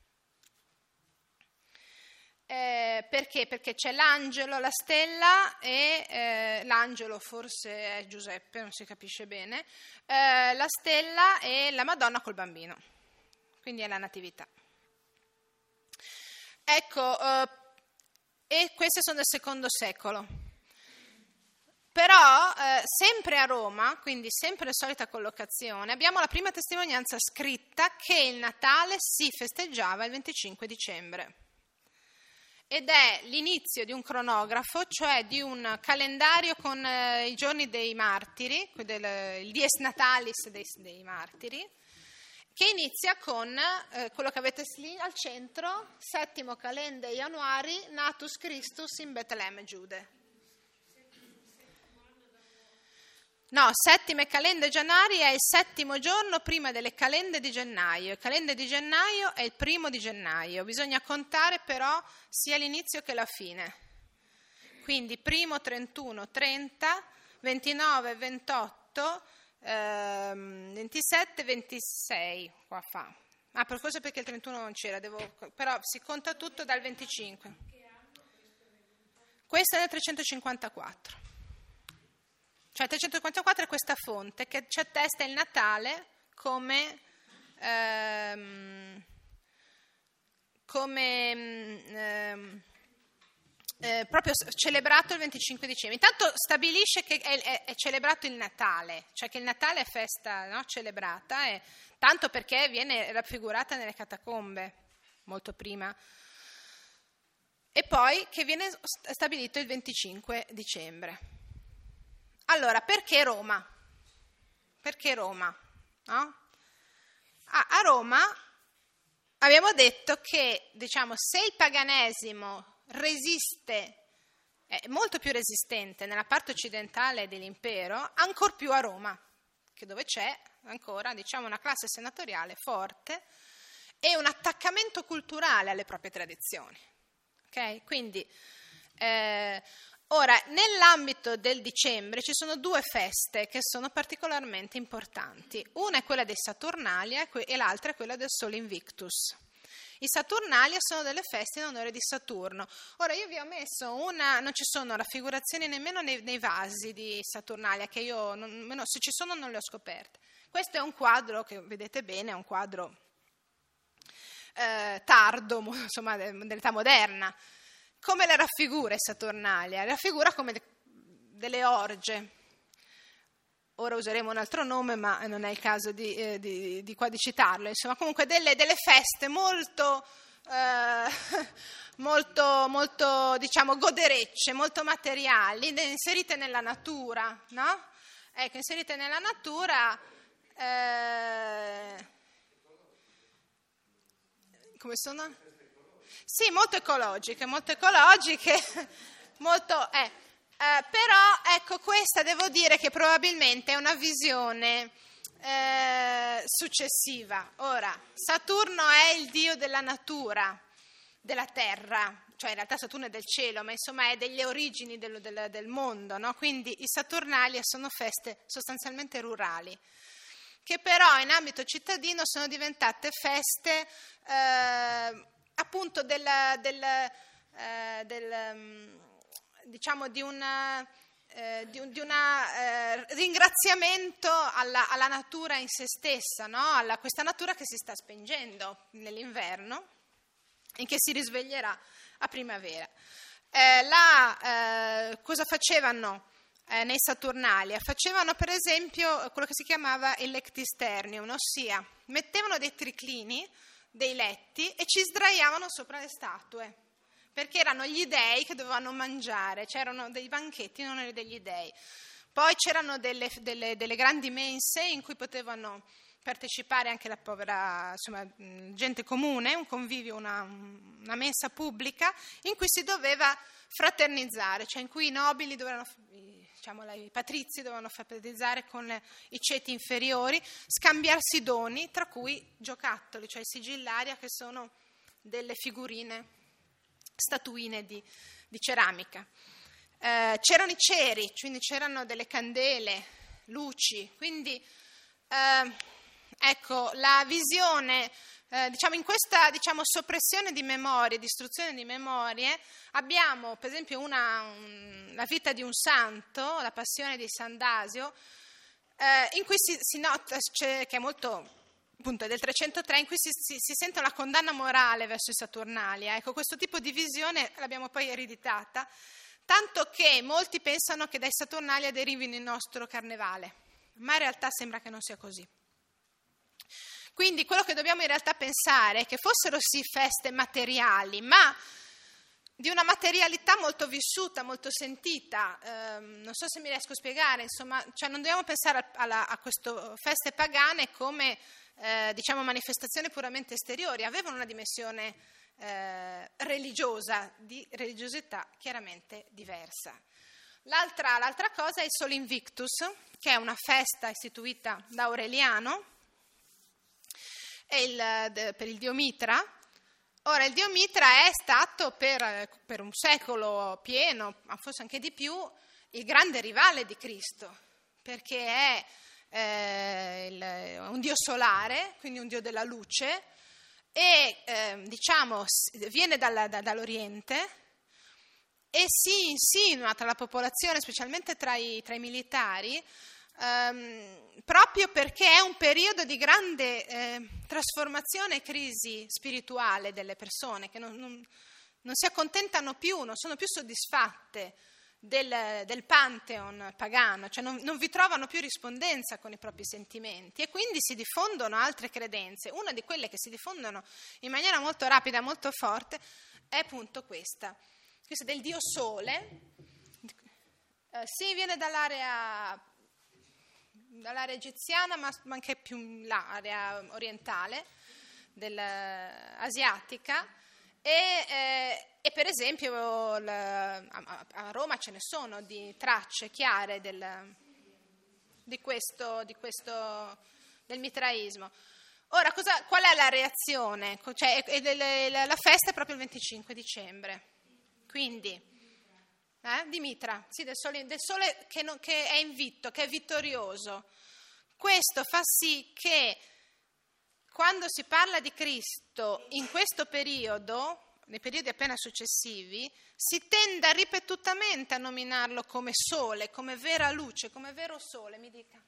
Perché? Perché c'è l'angelo, la stella e l'angelo forse è Giuseppe, non si capisce bene, la stella e la Madonna col bambino, quindi è la Natività. Ecco, e queste sono del II secolo. Però sempre a Roma, quindi sempre la solita collocazione, abbiamo la prima testimonianza scritta che il Natale si festeggiava il 25 dicembre. Ed è l'inizio di un cronografo, cioè di un calendario con i giorni dei martiri, il dies natalis dei martiri, che inizia con quello che avete lì al centro, 7° calende Januari, natus Christus in Betlemme Giude. No, 7° calende Gianari è il 7° giorno prima delle calende di gennaio. Il calende di gennaio è il 1° di gennaio. Bisogna contare però sia l'inizio che la fine. Quindi 1, 31, 30, 29, 28, 27, 26. Qua fa. Forse perché il 31 non c'era, però si conta tutto dal 25. Questo è nel 354. Cioè 354 è questa fonte che ci attesta il Natale come proprio celebrato il 25 dicembre. Intanto stabilisce che è celebrato il Natale, cioè che il Natale è festa, no, celebrata, tanto perché viene raffigurata nelle catacombe molto prima. E poi che viene stabilito il 25 dicembre. Allora, perché Roma? Perché Roma? No? A Roma abbiamo detto che, se il paganesimo resiste, è molto più resistente nella parte occidentale dell'impero, ancor più a Roma, che dove c'è ancora, una classe senatoriale forte e un attaccamento culturale alle proprie tradizioni. Ok? Quindi ora, nell'ambito del dicembre ci sono 2 feste che sono particolarmente importanti. Una è quella dei Saturnalia e l'altra è quella del Sole Invictus. I Saturnalia sono delle feste in onore di Saturno. Ora, io vi ho messo non ci sono raffigurazioni nemmeno nei vasi di Saturnalia, che io, se ci sono, non le ho scoperte. Questo è un quadro che vedete bene, è un quadro tardo, insomma, dell'età moderna. Come la raffigura Saturnalia? La raffigura come delle orge. Ora useremo un altro nome, ma non è il caso di citarlo. Insomma, comunque delle feste molto molto diciamo goderecce, molto materiali, inserite nella natura, no? Ecco, inserite nella natura, come sono? Sì, molto ecologiche, molto, però ecco, questa devo dire che probabilmente è una visione successiva. Ora, Saturno è il dio della natura, della terra, cioè in realtà Saturno è del cielo, ma insomma è delle origini del mondo, no? Quindi i Saturnalia sono feste sostanzialmente rurali, che però in ambito cittadino sono diventate feste appunto diciamo di un ringraziamento alla natura in se stessa, no? Questa natura che si sta spengendo nell'inverno e che si risveglierà a primavera. Cosa facevano nei Saturnalia? Facevano per esempio quello che si chiamava il lectisternium, ossia mettevano dei triclini, dei letti e ci sdraiavano sopra le statue, perché erano gli dei che dovevano mangiare, c'erano dei banchetti, non erano degli dei. Poi c'erano delle grandi mense in cui potevano partecipare anche la povera, insomma, gente comune, un convivio, una mensa pubblica in cui si doveva fraternizzare, cioè in cui i nobili dovevano, diciamo, i patrizi dovevano fraternizzare con i ceti inferiori, scambiarsi doni, tra cui giocattoli, cioè sigillaria, che sono delle figurine, statuine di ceramica. C'erano i ceri, quindi c'erano delle candele, luci, quindi ecco, la visione, diciamo, in questa, diciamo, soppressione di memorie, distruzione di memorie, abbiamo per esempio la vita di un santo, la passione di Sand'Asio, in cui si nota, che è molto, appunto, è del 303, in cui si sente una condanna morale verso i Saturnalia. Ecco, questo tipo di visione l'abbiamo poi ereditata, tanto che molti pensano che dai Saturnalia derivino il nostro carnevale, ma in realtà sembra che non sia così. Quindi quello che dobbiamo in realtà pensare è che fossero sì feste materiali, ma di una materialità molto vissuta, molto sentita. Non so se mi riesco a spiegare, insomma, cioè non dobbiamo pensare a queste feste pagane come diciamo manifestazioni puramente esteriori, avevano una dimensione religiosa, di religiosità chiaramente diversa. L'altra cosa è il Sol Invictus, che è una festa istituita da Aureliano per il dio Mitra. Ora, il dio Mitra è stato per un secolo pieno, ma forse anche di più, il grande rivale di Cristo, perché è un dio solare, quindi un dio della luce, e diciamo viene dall'Oriente e si insinua tra la popolazione, specialmente tra i militari, proprio perché è un periodo di grande trasformazione e crisi spirituale delle persone, che non si accontentano più, non sono più soddisfatte del pantheon pagano, cioè non vi trovano più rispondenza con i propri sentimenti e quindi si diffondono altre credenze. Una di quelle che si diffondono in maniera molto rapida, molto forte, è appunto questa del dio Sole. Sì, viene dall'area egiziana, ma anche più l'area orientale, asiatica, e per esempio a Roma ce ne sono di tracce chiare del mitraismo. Ora, qual è la reazione? Cioè, la festa è proprio il 25 dicembre, quindi di Mitra, sì, del sole che è invitto, che è vittorioso. Questo fa sì che quando si parla di Cristo in questo periodo, nei periodi appena successivi, si tende ripetutamente a nominarlo come sole, come vera luce, come vero sole, mi dica.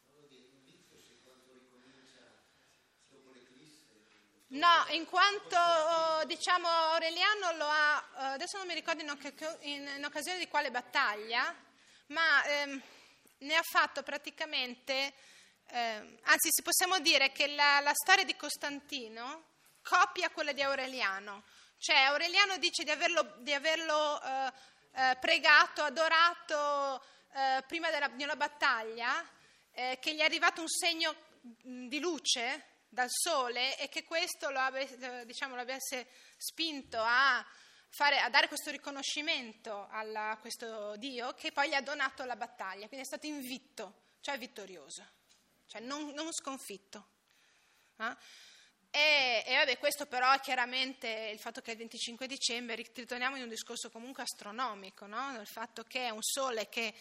No, in quanto diciamo Aureliano lo ha, adesso non mi ricordo in occasione di quale battaglia, ma ne ha fatto praticamente, anzi si possiamo dire che la storia di Costantino copia quella di Aureliano. Cioè Aureliano dice di averlo pregato, adorato prima di una battaglia, che gli è arrivato un segno di luce dal sole e che questo lo avesse spinto a dare questo riconoscimento a questo Dio, che poi gli ha donato la battaglia. Quindi è stato invitto, cioè vittorioso, cioè non sconfitto. E vabbè, questo però è chiaramente il fatto che è il 25 dicembre, ritorniamo in un discorso comunque astronomico, no? Il fatto che è un sole che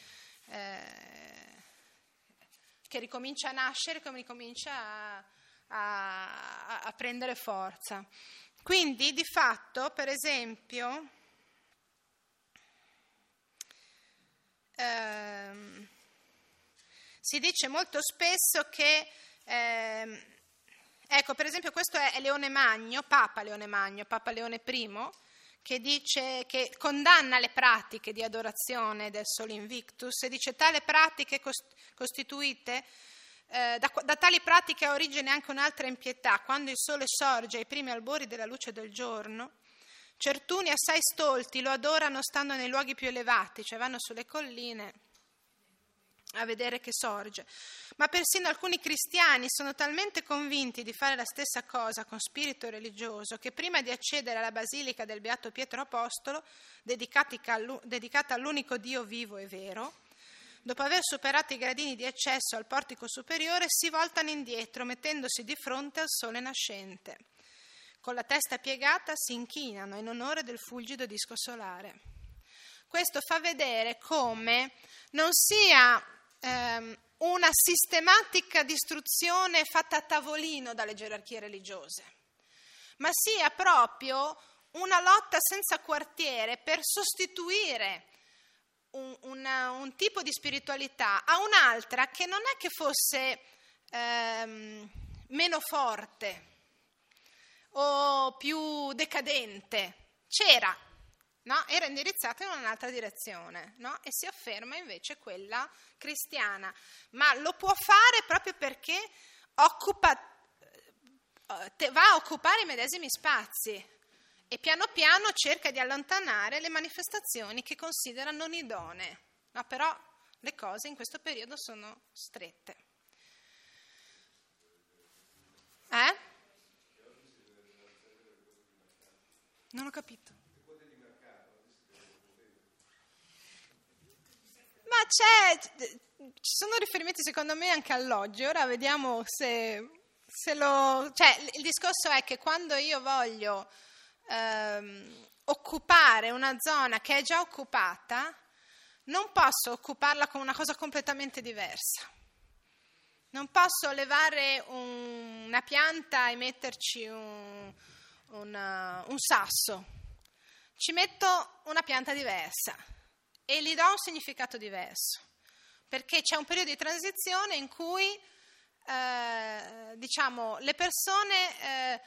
ricomincia a nascere, come ricomincia a prendere forza. Quindi di fatto, per esempio, si dice molto spesso che ecco, per esempio, questo è Leone Magno, Papa Leone I, che condanna le pratiche di adorazione del Sole Invictus e dice: tale pratiche costituite, da tali pratiche ha origine anche un'altra impietà. Quando il Sole sorge ai primi albori della luce del giorno, certuni assai stolti lo adorano stando nei luoghi più elevati, cioè vanno sulle colline a vedere che sorge. Ma persino alcuni cristiani sono talmente convinti di fare la stessa cosa con spirito religioso che prima di accedere alla basilica del Beato Pietro Apostolo, dedicata all'unico Dio vivo e vero, dopo aver superato i gradini di accesso al portico superiore, si voltano indietro mettendosi di fronte al sole nascente. Con la testa piegata si inchinano in onore del fulgido disco solare. Questo fa vedere come non sia una sistematica distruzione fatta a tavolino dalle gerarchie religiose, ma sia proprio una lotta senza quartiere per sostituire un tipo di spiritualità a un'altra che non è che fosse meno forte o più decadente, c'era. No? Era indirizzata in un'altra direzione, no? E si afferma invece quella cristiana, ma lo può fare proprio perché va a occupare i medesimi spazi e piano piano cerca di allontanare le manifestazioni che considera non idonee, no? Però le cose in questo periodo sono strette. Non ho capito. Ma ci sono riferimenti secondo me anche all'oggi, ora vediamo se lo... Cioè il discorso è che quando io voglio occupare una zona che è già occupata, non posso occuparla con una cosa completamente diversa. Non posso levare una pianta e metterci un sasso. Ci metto una pianta diversa e gli do un significato diverso, perché c'è un periodo di transizione in cui le persone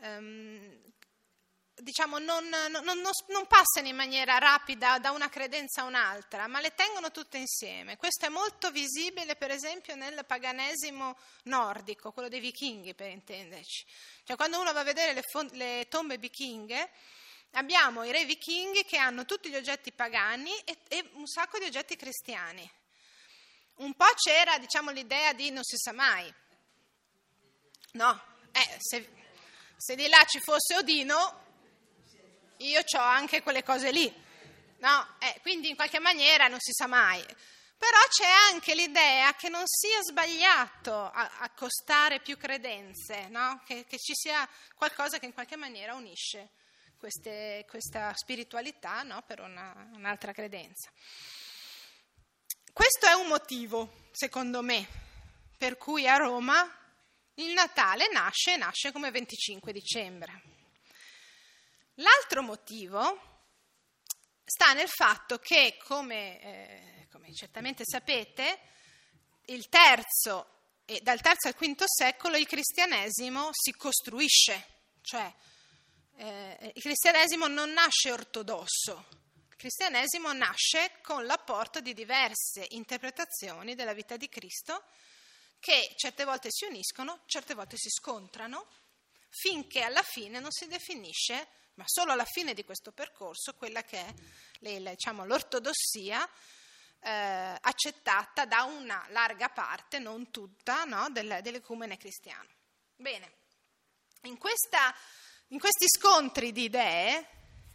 non passano in maniera rapida da una credenza a un'altra, ma le tengono tutte insieme. Questo è molto visibile per esempio nel paganesimo nordico, quello dei vichinghi per intenderci. Cioè quando uno va a vedere le tombe vichinghe, abbiamo i re vichinghi che hanno tutti gli oggetti pagani e un sacco di oggetti cristiani. Un po' c'era, l'idea di non si sa mai. No, se di là ci fosse Odino, io c'ho anche quelle cose lì. No, quindi in qualche maniera non si sa mai. Però c'è anche l'idea che non sia sbagliato accostare più credenze, no? Che ci sia qualcosa che in qualche maniera unisce questa spiritualità, no? Per un'altra credenza. Questo è un motivo, secondo me, per cui a Roma il Natale nasce come 25 dicembre. L'altro motivo sta nel fatto che, come certamente sapete, dal III al V secolo il cristianesimo si costruisce, cioè il cristianesimo non nasce ortodosso, il cristianesimo nasce con l'apporto di diverse interpretazioni della vita di Cristo che certe volte si uniscono, certe volte si scontrano, finché alla fine non si definisce, ma solo alla fine di questo percorso, quella che è l'ortodossia accettata da una larga parte, non tutta, no, dell'ecumene cristiano. Bene, in questi scontri di idee,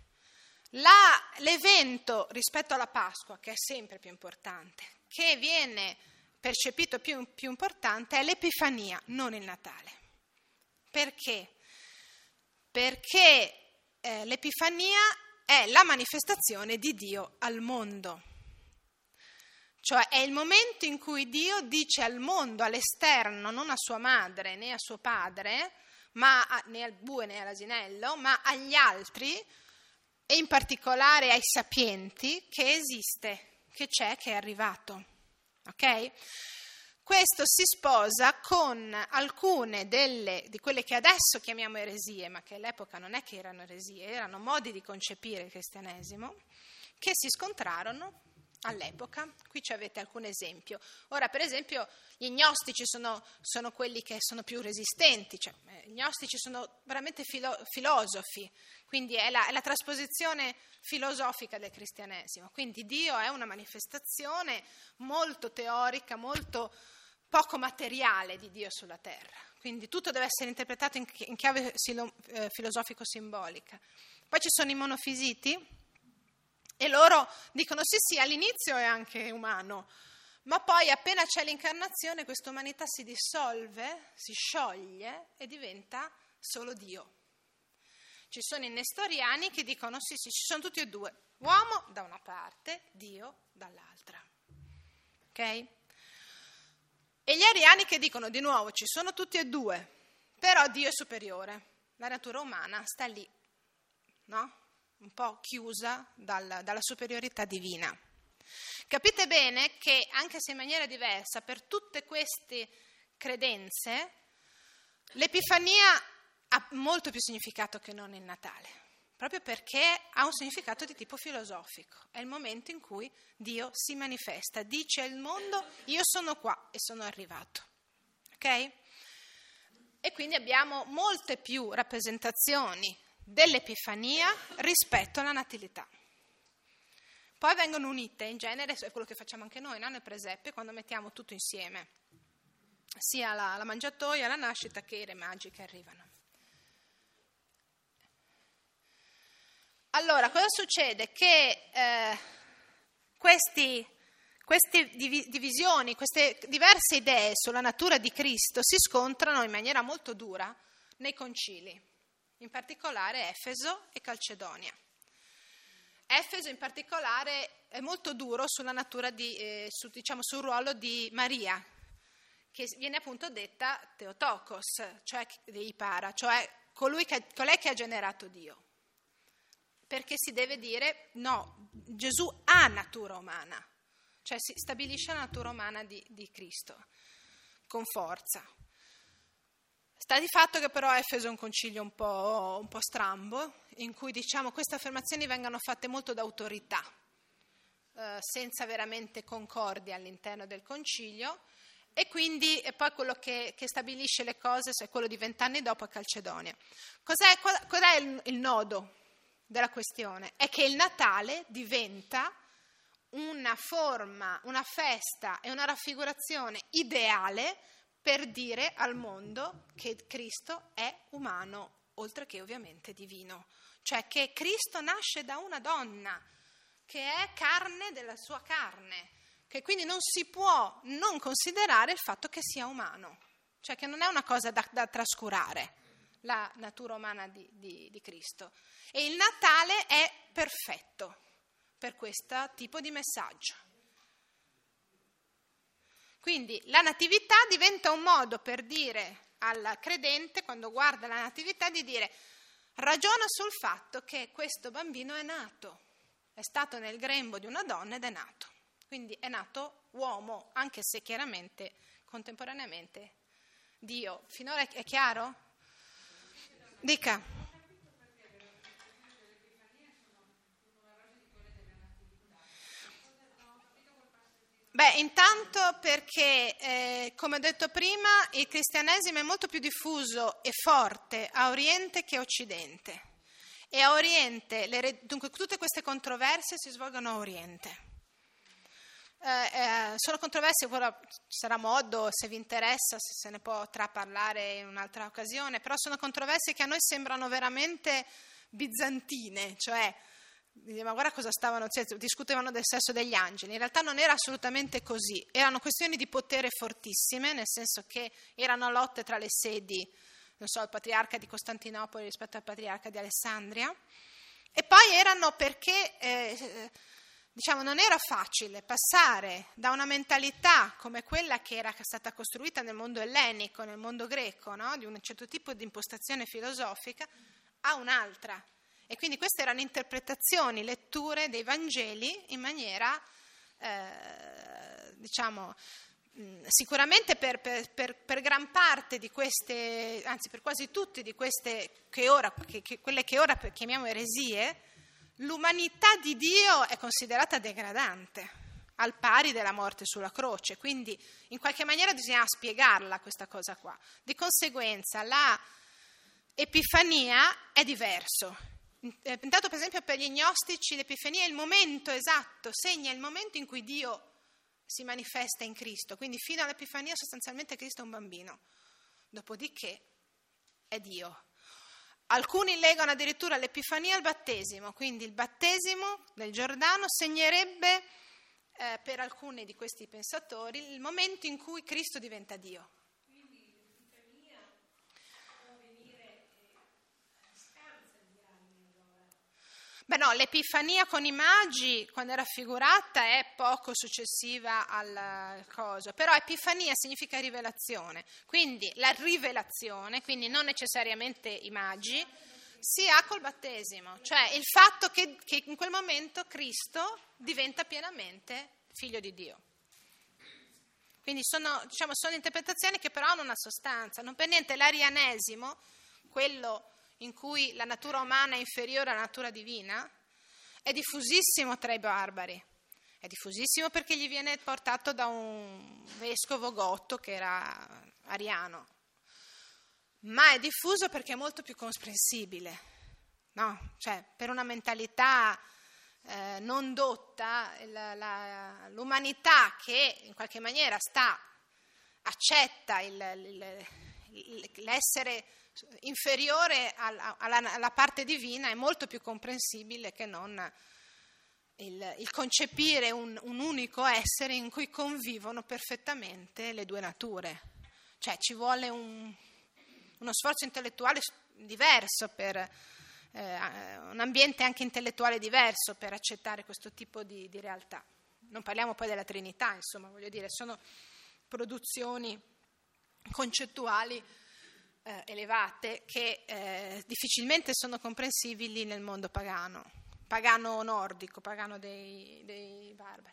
l'evento rispetto alla Pasqua, che è sempre più importante, che viene percepito più importante, è l'Epifania, non il Natale. Perché? Perché l'Epifania è la manifestazione di Dio al mondo. Cioè è il momento in cui Dio dice al mondo, all'esterno, non a sua madre né a suo padre, né al bue né all'asinello, ma agli altri, e in particolare ai sapienti, che esiste, che c'è, che è arrivato. Ok? Questo si sposa con alcune di quelle che adesso chiamiamo eresie, ma che all'epoca non è che erano eresie, erano modi di concepire il cristianesimo, che si scontrarono all'epoca. Qui ci avete alcun esempio. Ora, per esempio, gli gnostici sono quelli che sono più resistenti, cioè gli gnostici sono veramente filosofi, quindi è la trasposizione filosofica del cristianesimo. Quindi Dio è una manifestazione molto teorica, molto poco materiale di Dio sulla terra. Quindi tutto deve essere interpretato in chiave filosofico-simbolica. Poi ci sono i monofisiti, e loro dicono sì, all'inizio è anche umano, ma poi appena c'è l'incarnazione questa umanità si dissolve, si scioglie e diventa solo Dio. Ci sono i nestoriani che dicono sì, ci sono tutti e due, uomo da una parte, Dio dall'altra. Ok? E gli ariani che dicono di nuovo ci sono tutti e due, però Dio è superiore, la natura umana sta lì, no? Un po' chiusa dalla superiorità divina. Capite bene che, anche se in maniera diversa, per tutte queste credenze, l'Epifania ha molto più significato che non il Natale, proprio perché ha un significato di tipo filosofico. È il momento in cui Dio si manifesta, dice al mondo: io sono qua e sono arrivato. Ok? E quindi abbiamo molte più rappresentazioni dell'Epifania rispetto alla natività. Poi vengono unite, in genere è quello che facciamo anche noi, no? Nel presepio, quando mettiamo tutto insieme, sia la mangiatoia, la nascita che i re magi che arrivano. Allora, cosa succede? Che queste divisioni, queste diverse idee sulla natura di Cristo si scontrano in maniera molto dura nei concili. In particolare Efeso e Calcedonia. Efeso in particolare è molto duro sulla natura sul ruolo di Maria, che viene appunto detta Theotokos, cioè dei para, cioè colei che ha generato Dio. Perché si deve dire no, Gesù ha natura umana, cioè si stabilisce la natura umana di Cristo con forza. Sta di fatto che però Efeso è un concilio un po' strambo, in cui diciamo queste affermazioni vengono fatte molto d'autorità, senza veramente concordia all'interno del concilio, e quindi poi quello che stabilisce le cose è quello di 20 anni dopo a Calcedonia. Qual è il nodo della questione? È che il Natale diventa una forma, una festa e una raffigurazione ideale per dire al mondo che Cristo è umano, oltre che ovviamente divino. Cioè che Cristo nasce da una donna, che è carne della sua carne, che quindi non si può non considerare il fatto che sia umano. Cioè che non è una cosa da trascurare, la natura umana di Cristo. E il Natale è perfetto per questo tipo di messaggio. Quindi la natività diventa un modo per dire al credente, quando guarda la natività, di dire: ragiona sul fatto che questo bambino è nato, è stato nel grembo di una donna ed è nato. Quindi è nato uomo, anche se chiaramente, contemporaneamente, Dio. Finora è chiaro? Dica. Beh, intanto perché, come ho detto prima, il cristianesimo è molto più diffuso e forte a Oriente che a Occidente. E a Oriente, dunque tutte queste controversie si svolgono a Oriente. Sono controversie, ora ci sarà modo, se vi interessa, se ne potrà parlare in un'altra occasione, però sono controversie che a noi sembrano veramente bizantine, cioè, ma guarda cosa discutevano del sesso degli angeli. In realtà non era assolutamente così, erano questioni di potere fortissime, nel senso che erano lotte tra le sedi, non so, il patriarca di Costantinopoli rispetto al patriarca di Alessandria, e poi erano perché non era facile passare da una mentalità come quella che era stata costruita nel mondo ellenico, nel mondo greco, no? Di un certo tipo di impostazione filosofica, a un'altra. E quindi queste erano interpretazioni, letture dei Vangeli in maniera, sicuramente per gran parte di queste, anzi per quasi tutte di queste quelle che ora chiamiamo eresie, l'umanità di Dio è considerata degradante, al pari della morte sulla croce, quindi in qualche maniera bisogna spiegarla questa cosa qua. Di conseguenza la Epifania è diverso. Intanto, per esempio, per gli gnostici l'Epifania è il momento esatto, segna il momento in cui Dio si manifesta in Cristo, quindi fino all'Epifania sostanzialmente Cristo è un bambino, dopodiché è Dio. Alcuni legano addirittura l'Epifania al battesimo, quindi il battesimo del Giordano segnerebbe per alcuni di questi pensatori il momento in cui Cristo diventa Dio. Quindi l'Epifania può avvenire scansa di anni allora. Beh no, l'Epifania con i magi, quando è raffigurata, è poco successiva al coso, però Epifania significa rivelazione, quindi la rivelazione, quindi non necessariamente i magi, si ha col battesimo, cioè il fatto che in quel momento Cristo diventa pienamente figlio di Dio. Quindi sono interpretazioni che però hanno una sostanza, non per niente l'arianesimo, quello in cui la natura umana è inferiore alla natura divina, è diffusissimo tra i barbari. È diffusissimo perché gli viene portato da un vescovo goto che era ariano, ma è diffuso perché è molto più comprensibile, no? Cioè, per una mentalità non dotta, l'umanità che in qualche maniera accetta l'essere inferiore alla parte divina è molto più comprensibile che non il concepire un unico essere in cui convivono perfettamente le due nature. Cioè ci vuole uno sforzo intellettuale diverso, un ambiente anche intellettuale diverso per accettare questo tipo di realtà. Non parliamo poi della Trinità, insomma, voglio dire, sono produzioni concettuali elevate che difficilmente sono comprensibili nel mondo pagano nordico, pagano dei barbari.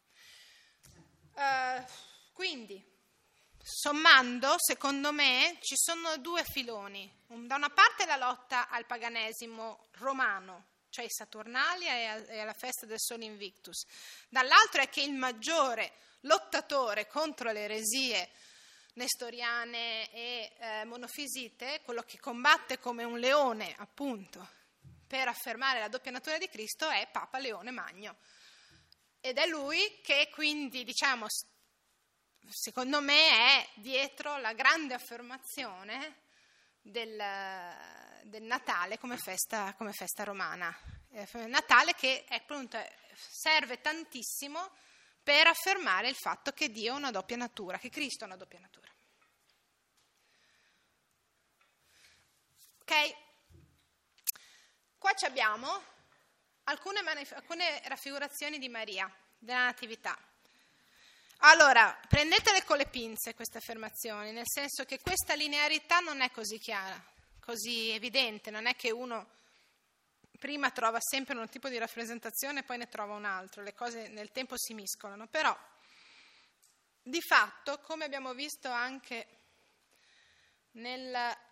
Quindi, sommando, secondo me, ci sono due filoni. Da una parte la lotta al paganesimo romano, cioè i Saturnalia e alla festa del Sole Invictus. Dall'altro è che il maggiore lottatore contro le eresie nestoriane e monofisite, quello che combatte come un leone, appunto, per affermare la doppia natura di Cristo, è Papa Leone Magno. Ed è lui che quindi, secondo me, è dietro la grande affermazione del Natale come festa romana. Natale che appunto serve tantissimo per affermare il fatto che Dio è una doppia natura, che Cristo è una doppia natura. Ok? Qua abbiamo alcune raffigurazioni di Maria, della Natività. Allora, prendetele con le pinze queste affermazioni, nel senso che questa linearità non è così chiara, così evidente, non è che uno prima trova sempre un tipo di rappresentazione e poi ne trova un altro, le cose nel tempo si miscolano, però di fatto, come abbiamo visto anche nel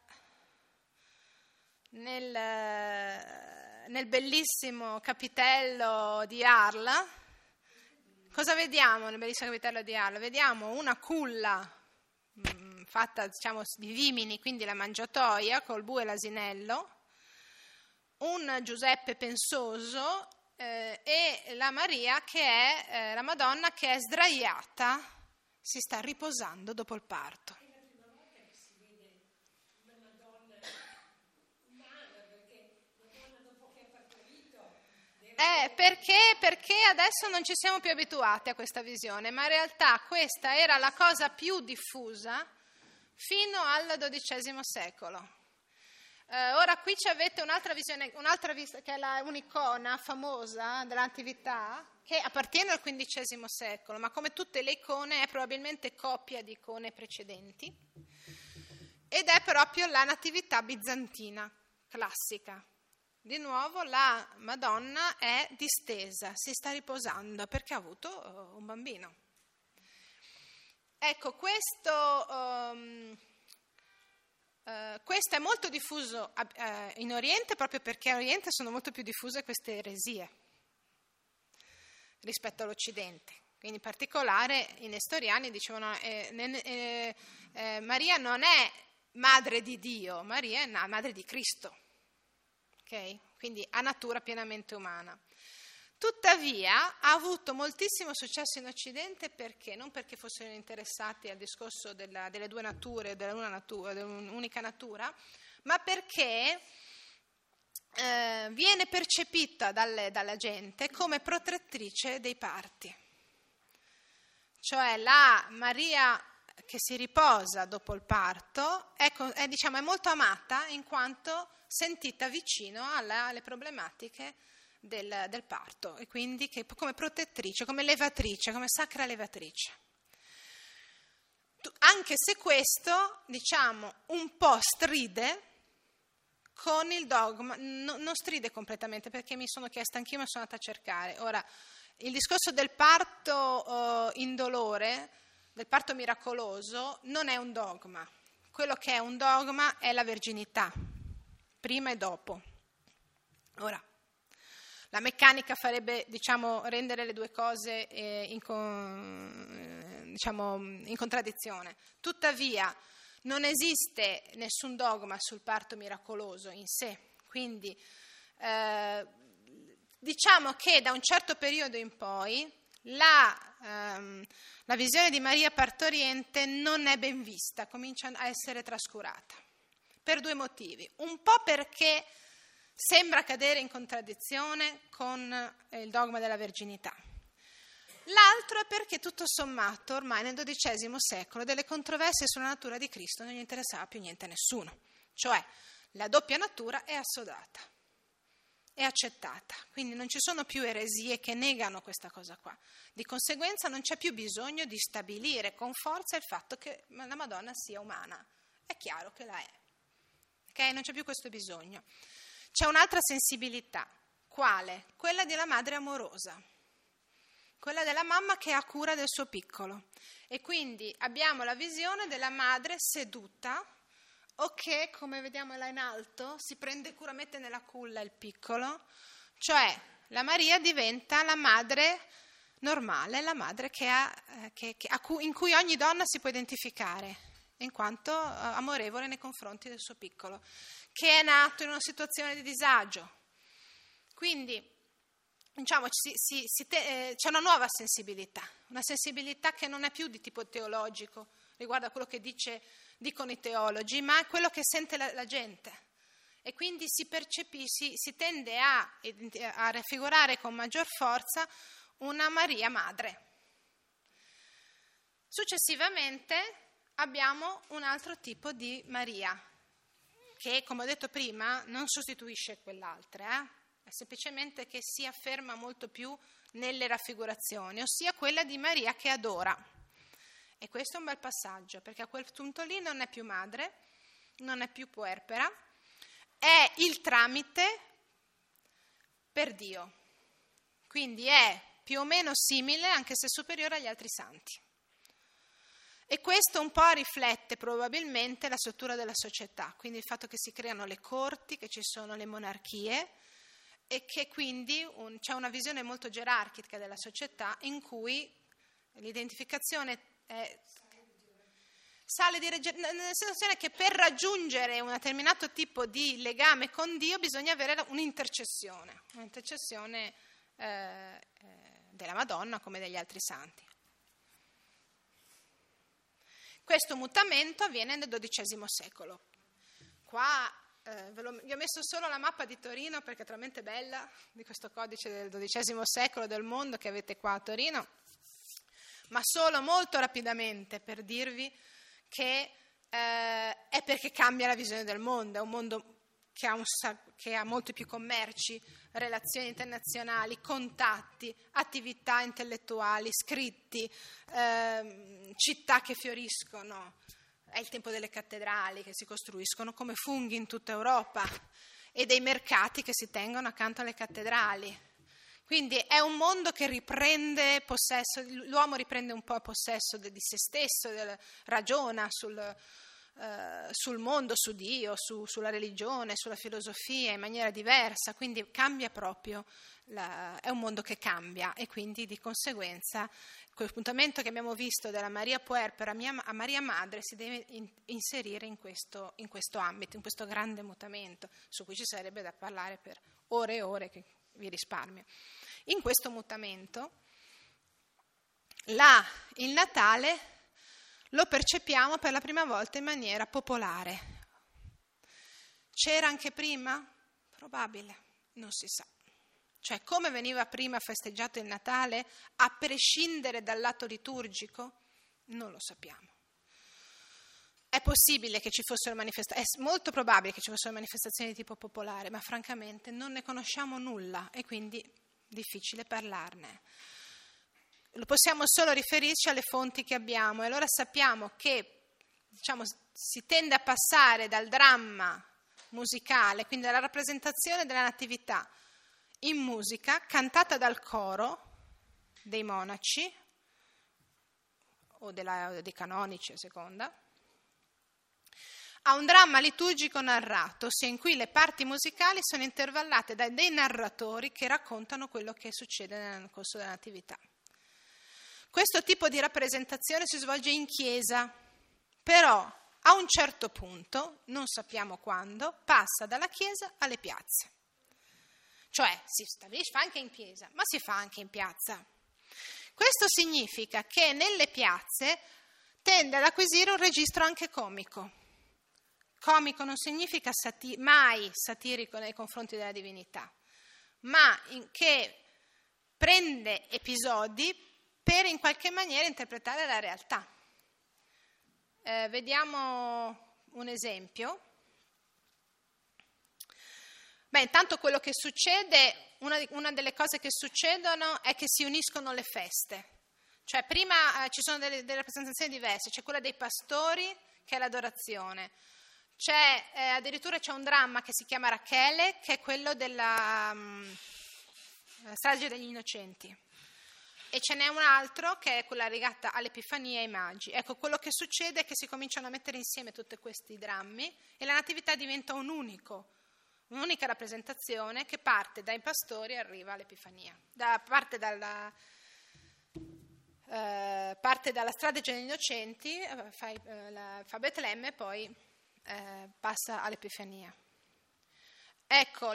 bellissimo capitello di Arles, Cosa vediamo nel bellissimo capitello di Arlo? Vediamo una culla fatta, diciamo, di vimini, quindi la mangiatoia, col bue e l'asinello, un Giuseppe pensoso e la Maria che è, la Madonna che è sdraiata, si sta riposando dopo il parto. Perché adesso non ci siamo più abituati a questa visione, ma in realtà questa era la cosa più diffusa fino al XII secolo. Ora qui ci avete un'altra visione, che è un'icona famosa della che appartiene al XV secolo, ma come tutte le icone è probabilmente copia di icone precedenti, ed è proprio la Natività bizantina classica. Di nuovo la Madonna è distesa, si sta riposando perché ha avuto un bambino. Ecco, questo è molto diffuso in Oriente, proprio perché in Oriente sono molto più diffuse queste eresie rispetto all'Occidente. Quindi in particolare i nestoriani dicevano Maria non è madre di Dio, Maria è madre di Cristo. Okay? Quindi ha natura pienamente umana. Tuttavia ha avuto moltissimo successo in Occidente perché? Non perché fossero interessati al discorso delle due nature, dell'unica natura, ma perché viene percepita dalla gente come protettrice dei parti. Cioè la Maria che si riposa dopo il parto è molto amata in quanto sentita vicino alle problematiche del parto, e quindi come protettrice, come levatrice, come sacra levatrice. Anche se questo, diciamo, un po' stride con il dogma, non stride completamente, perché mi sono chiesta anch'io, ma sono andata a cercare. Ora, il discorso del parto indolore, del parto miracoloso, non è un dogma. Quello che è un dogma è la verginità, prima e dopo. Ora, la meccanica farebbe, diciamo, rendere le due cose in contraddizione. Tuttavia, non esiste nessun dogma sul parto miracoloso in sé. Quindi, diciamo che da un certo periodo in poi la visione di Maria partoriente non è ben vista, comincia a essere trascurata, per due motivi. Un po' perché sembra cadere in contraddizione con il dogma della verginità. L'altro è perché tutto sommato ormai nel XII secolo delle controversie sulla natura di Cristo non gli interessava più niente a nessuno, cioè la doppia natura è assodata, è accettata, quindi non ci sono più eresie che negano questa cosa qua. Di conseguenza non c'è più bisogno di stabilire con forza il fatto che la Madonna sia umana, è chiaro che la è, okay? Non c'è più questo bisogno. C'è un'altra sensibilità, quale? Quella della madre amorosa, quella della mamma che ha cura del suo piccolo, e quindi abbiamo la visione della madre seduta o che, come vediamo là in alto, si prende cura, mette nella culla il piccolo, cioè la Maria diventa la madre normale, la madre in cui ogni donna si può identificare, in quanto amorevole nei confronti del suo piccolo, che è nato in una situazione di disagio. Quindi, diciamo, c'è una nuova sensibilità, una sensibilità che non è più di tipo teologico, riguardo a quello che dicono i teologi, ma è quello che sente la gente. E quindi si tende a raffigurare con maggior forza una Maria madre. Successivamente abbiamo un altro tipo di Maria, che, come ho detto prima, non sostituisce quell'altra, è semplicemente che si afferma molto più nelle raffigurazioni, ossia quella di Maria che adora. E questo è un bel passaggio, perché a quel punto lì non è più madre, non è più puerpera, è il tramite per Dio. Quindi è più o meno simile, anche se superiore agli altri santi. E questo un po' riflette probabilmente la struttura della società, quindi il fatto che si creano le corti, che ci sono le monarchie e che quindi c'è una visione molto gerarchica della società in cui l'identificazione sale nella sensazione che per raggiungere un determinato tipo di legame con Dio bisogna avere un'intercessione della Madonna come degli altri santi. Questo mutamento avviene nel XII secolo. Qua vi ho messo solo la mappa di Torino perché è talmente bella, di questo codice del XII secolo del mondo che avete qua a Torino, ma solo molto rapidamente per dirvi che è perché cambia la visione del mondo. È un mondo che ha molti più commerci, relazioni internazionali, contatti, attività intellettuali, scritti, città che fioriscono. È il tempo delle cattedrali che si costruiscono come funghi in tutta Europa e dei mercati che si tengono accanto alle cattedrali. Quindi è un mondo che riprende possesso, l'uomo riprende un po' possesso di se stesso, ragiona sul mondo, su Dio, sulla religione, sulla filosofia in maniera diversa, quindi cambia proprio, è un mondo che cambia e quindi di conseguenza quel puntamento che abbiamo visto della Maria Puerpera a Maria Madre si deve inserire in questo ambito, in questo grande mutamento su cui ci sarebbe da parlare per ore e ore che vi risparmio. In questo mutamento il Natale lo percepiamo per la prima volta in maniera popolare. C'era anche prima? Probabile, non si sa. Cioè, come veniva prima festeggiato il Natale, a prescindere dal lato liturgico? Non lo sappiamo. È possibile che ci fossero manifestazioni, è molto probabile che ci fossero manifestazioni di tipo popolare, ma francamente non ne conosciamo nulla e quindi difficile parlarne. Lo possiamo solo riferirci alle fonti che abbiamo e allora sappiamo che si tende a passare dal dramma musicale, quindi dalla rappresentazione della natività in musica, cantata dal coro dei monaci o dei canonici a seconda, a un dramma liturgico narrato, ossia in cui le parti musicali sono intervallate da dei narratori che raccontano quello che succede nel corso della natività. Questo tipo di rappresentazione si svolge in chiesa, però a un certo punto, non sappiamo quando, passa dalla chiesa alle piazze. Cioè si fa anche in chiesa, ma si fa anche in piazza. Questo significa che nelle piazze tende ad acquisire un registro anche comico. Comico non significa mai satirico nei confronti della divinità, ma che prende episodi per in qualche maniera interpretare la realtà. Vediamo un esempio. Intanto quello che succede, una delle cose che succedono è che si uniscono le feste. Cioè prima ci sono delle rappresentazioni diverse, c'è quella dei pastori che è l'adorazione. Addirittura c'è un dramma che si chiama Rachele, che è quello della strage degli innocenti. E ce n'è un altro che è quella legata all'Epifania e ai magi. Ecco, quello che succede è che si cominciano a mettere insieme tutti questi drammi e la natività diventa un'unica rappresentazione che parte dai pastori e arriva all'Epifania. Parte dalla strage degli innocenti, fa Betlemme e poi passa all'Epifania. Ecco,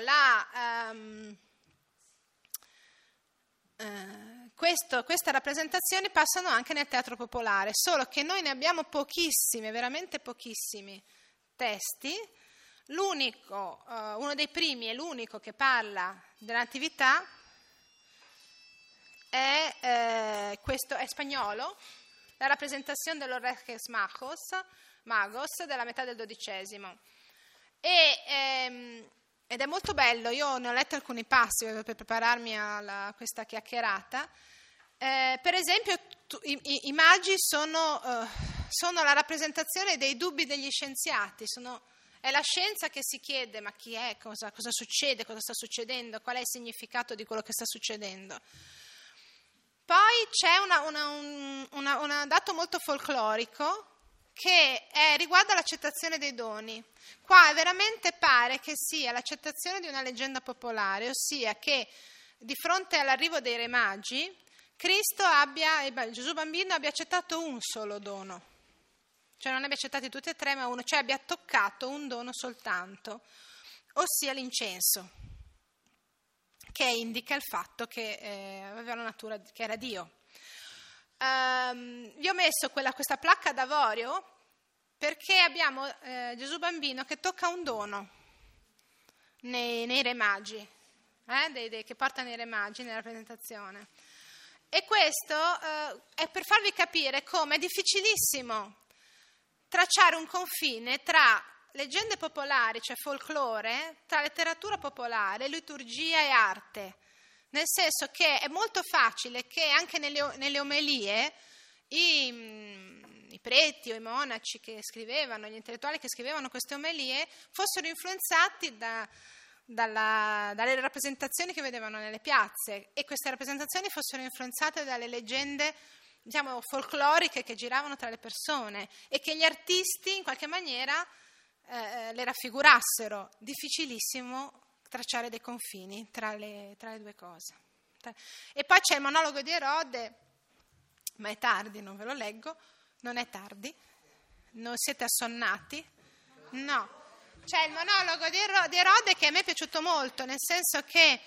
queste rappresentazioni passano anche nel teatro popolare, solo che noi ne abbiamo pochissimi, veramente pochissimi testi. L'unico, uno dei primi e l'unico che parla della natività è spagnolo, la rappresentazione de los Reyes Magos della metà del XII. Ed è molto bello, io ne ho letto alcuni passi per prepararmi a questa chiacchierata. Per esempio i magi sono la rappresentazione dei dubbi degli scienziati, è la scienza che si chiede ma chi è, cosa succede, cosa sta succedendo, qual è il significato di quello che sta succedendo. Poi c'è un dato molto folclorico che riguarda l'accettazione dei doni. Qua veramente pare che sia l'accettazione di una leggenda popolare, ossia che di fronte all'arrivo dei Re Magi, Gesù bambino abbia accettato un solo dono, cioè non abbia accettati tutti e tre, ma uno, cioè abbia toccato un dono soltanto, ossia l'incenso, che indica il fatto che aveva la natura che era Dio. Vi ho messo questa placca d'avorio perché abbiamo Gesù bambino che tocca un dono nei Re Magi, che portano i Re Magi nella rappresentazione. E questo è per farvi capire come è difficilissimo tracciare un confine tra leggende popolari, cioè folklore, tra letteratura popolare, liturgia e arte. Nel senso che è molto facile che anche nelle omelie i preti o i monaci che scrivevano, gli intellettuali che scrivevano queste omelie, fossero influenzati dalle rappresentazioni che vedevano nelle piazze, e queste rappresentazioni fossero influenzate dalle leggende, diciamo, folcloriche che giravano tra le persone, e che gli artisti in qualche maniera le raffigurassero. Difficilissimo tracciare dei confini tra le due cose. E poi c'è il monologo di Erode, ma è tardi, non ve lo leggo. Non è tardi? Non siete assonnati? No. C'è il monologo di Erode che a me è piaciuto molto, nel senso che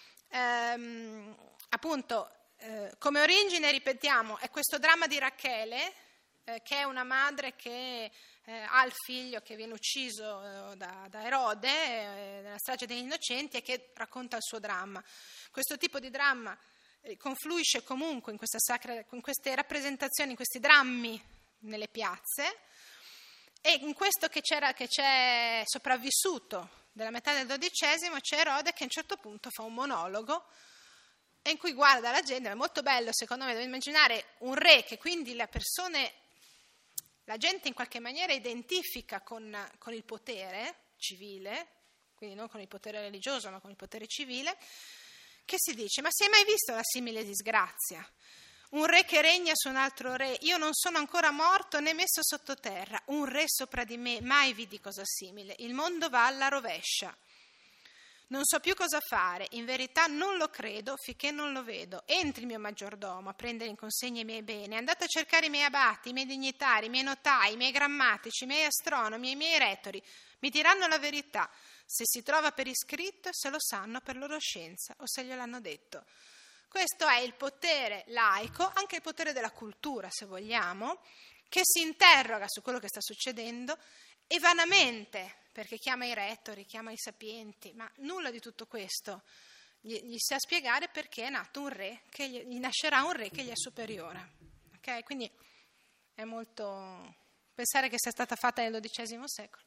appunto come origine, ripetiamo, è questo dramma di Rachele, che è una madre che ha il figlio che viene ucciso da Erode nella strage degli innocenti, e che racconta il suo dramma. Questo tipo di dramma confluisce comunque in queste rappresentazioni, in questi drammi nelle piazze, e in questo che c'è sopravvissuto della metà del XII c'è Erode che a un certo punto fa un monologo in cui guarda la gente. È molto bello, secondo me. Devo immaginare un re che quindi la gente in qualche maniera identifica con il potere civile, quindi non con il potere religioso ma con il potere civile, che si dice: ma si è mai visto una simile disgrazia? Un re che regna su un altro re, io non sono ancora morto né messo sottoterra, un re sopra di me, mai vidi cosa simile, il mondo va alla rovescia. Non so più cosa fare, in verità non lo credo finché non lo vedo. Entri il mio maggiordomo a prendere in consegna i miei beni, andate a cercare i miei abati, i miei dignitari, i miei notai, i miei grammatici, i miei astronomi, i miei retori, mi diranno la verità, se si trova per iscritto e se lo sanno per loro scienza o se gliel'hanno detto. Questo è il potere laico, anche il potere della cultura, se vogliamo, che si interroga su quello che sta succedendo e vanamente, perché chiama i rettori, chiama i sapienti, ma nulla di tutto questo gli sa spiegare perché è nato un re, gli nascerà un re che gli è superiore. Okay? Quindi è molto pensare che sia stata fatta nel XII secolo.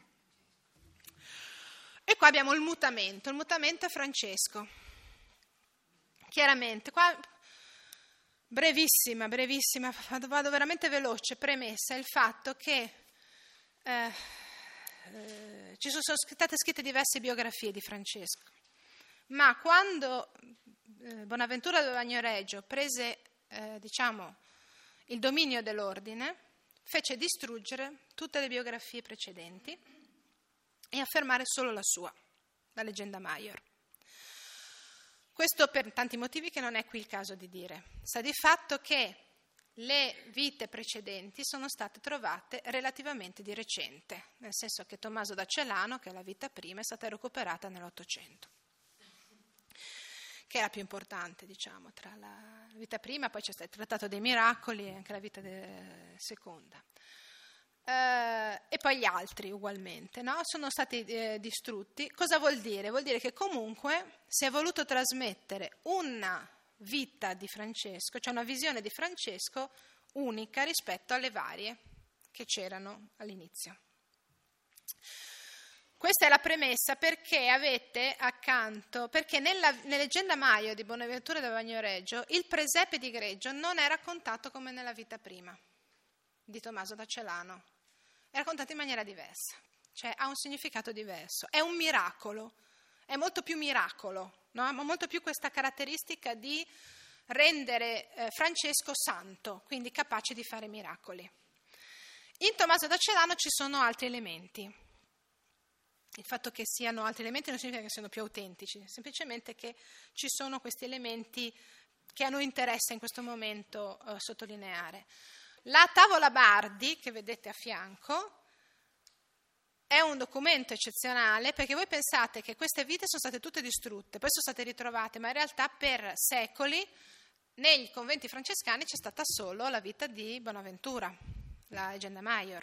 E qua abbiamo il mutamento è Francesco. Chiaramente, qua brevissima, vado veramente veloce, premessa, il fatto che ci sono state scritte diverse biografie di Francesco, ma quando Bonaventura da Bagnoregio prese il dominio dell'ordine, fece distruggere tutte le biografie precedenti e affermare solo la sua, la leggenda Maior. Questo per tanti motivi che non è qui il caso di dire. Sta di fatto che le vite precedenti sono state trovate relativamente di recente, nel senso che Tommaso da Celano, che è la vita prima, è stata recuperata nell'Ottocento, che è la più importante, diciamo, tra la vita prima, poi c'è stato il Trattato dei Miracoli e anche la vita seconda. E poi gli altri ugualmente, no? Sono stati distrutti. Cosa vuol dire? Vuol dire che comunque si è voluto trasmettere una vita di Francesco, cioè una visione di Francesco unica rispetto alle varie che c'erano all'inizio. Questa è la premessa perché avete accanto, perché nella leggenda Maior di Bonaventura da Bagnoregio il presepe di Greggio non è raccontato come nella vita prima di Tommaso da Celano. È raccontato in maniera diversa, cioè ha un significato diverso, è un miracolo, è molto più miracolo, no? Ha molto più questa caratteristica di rendere Francesco santo, quindi capace di fare miracoli. In Tommaso da Celano ci sono altri elementi. Il fatto che siano altri elementi non significa che siano più autentici, semplicemente che ci sono questi elementi che a noi interessa in questo momento sottolineare. La tavola Bardi, che vedete a fianco, è un documento eccezionale perché voi pensate che queste vite sono state tutte distrutte, poi sono state ritrovate, ma in realtà per secoli nei conventi francescani c'è stata solo la vita di Bonaventura, la leggenda Maior.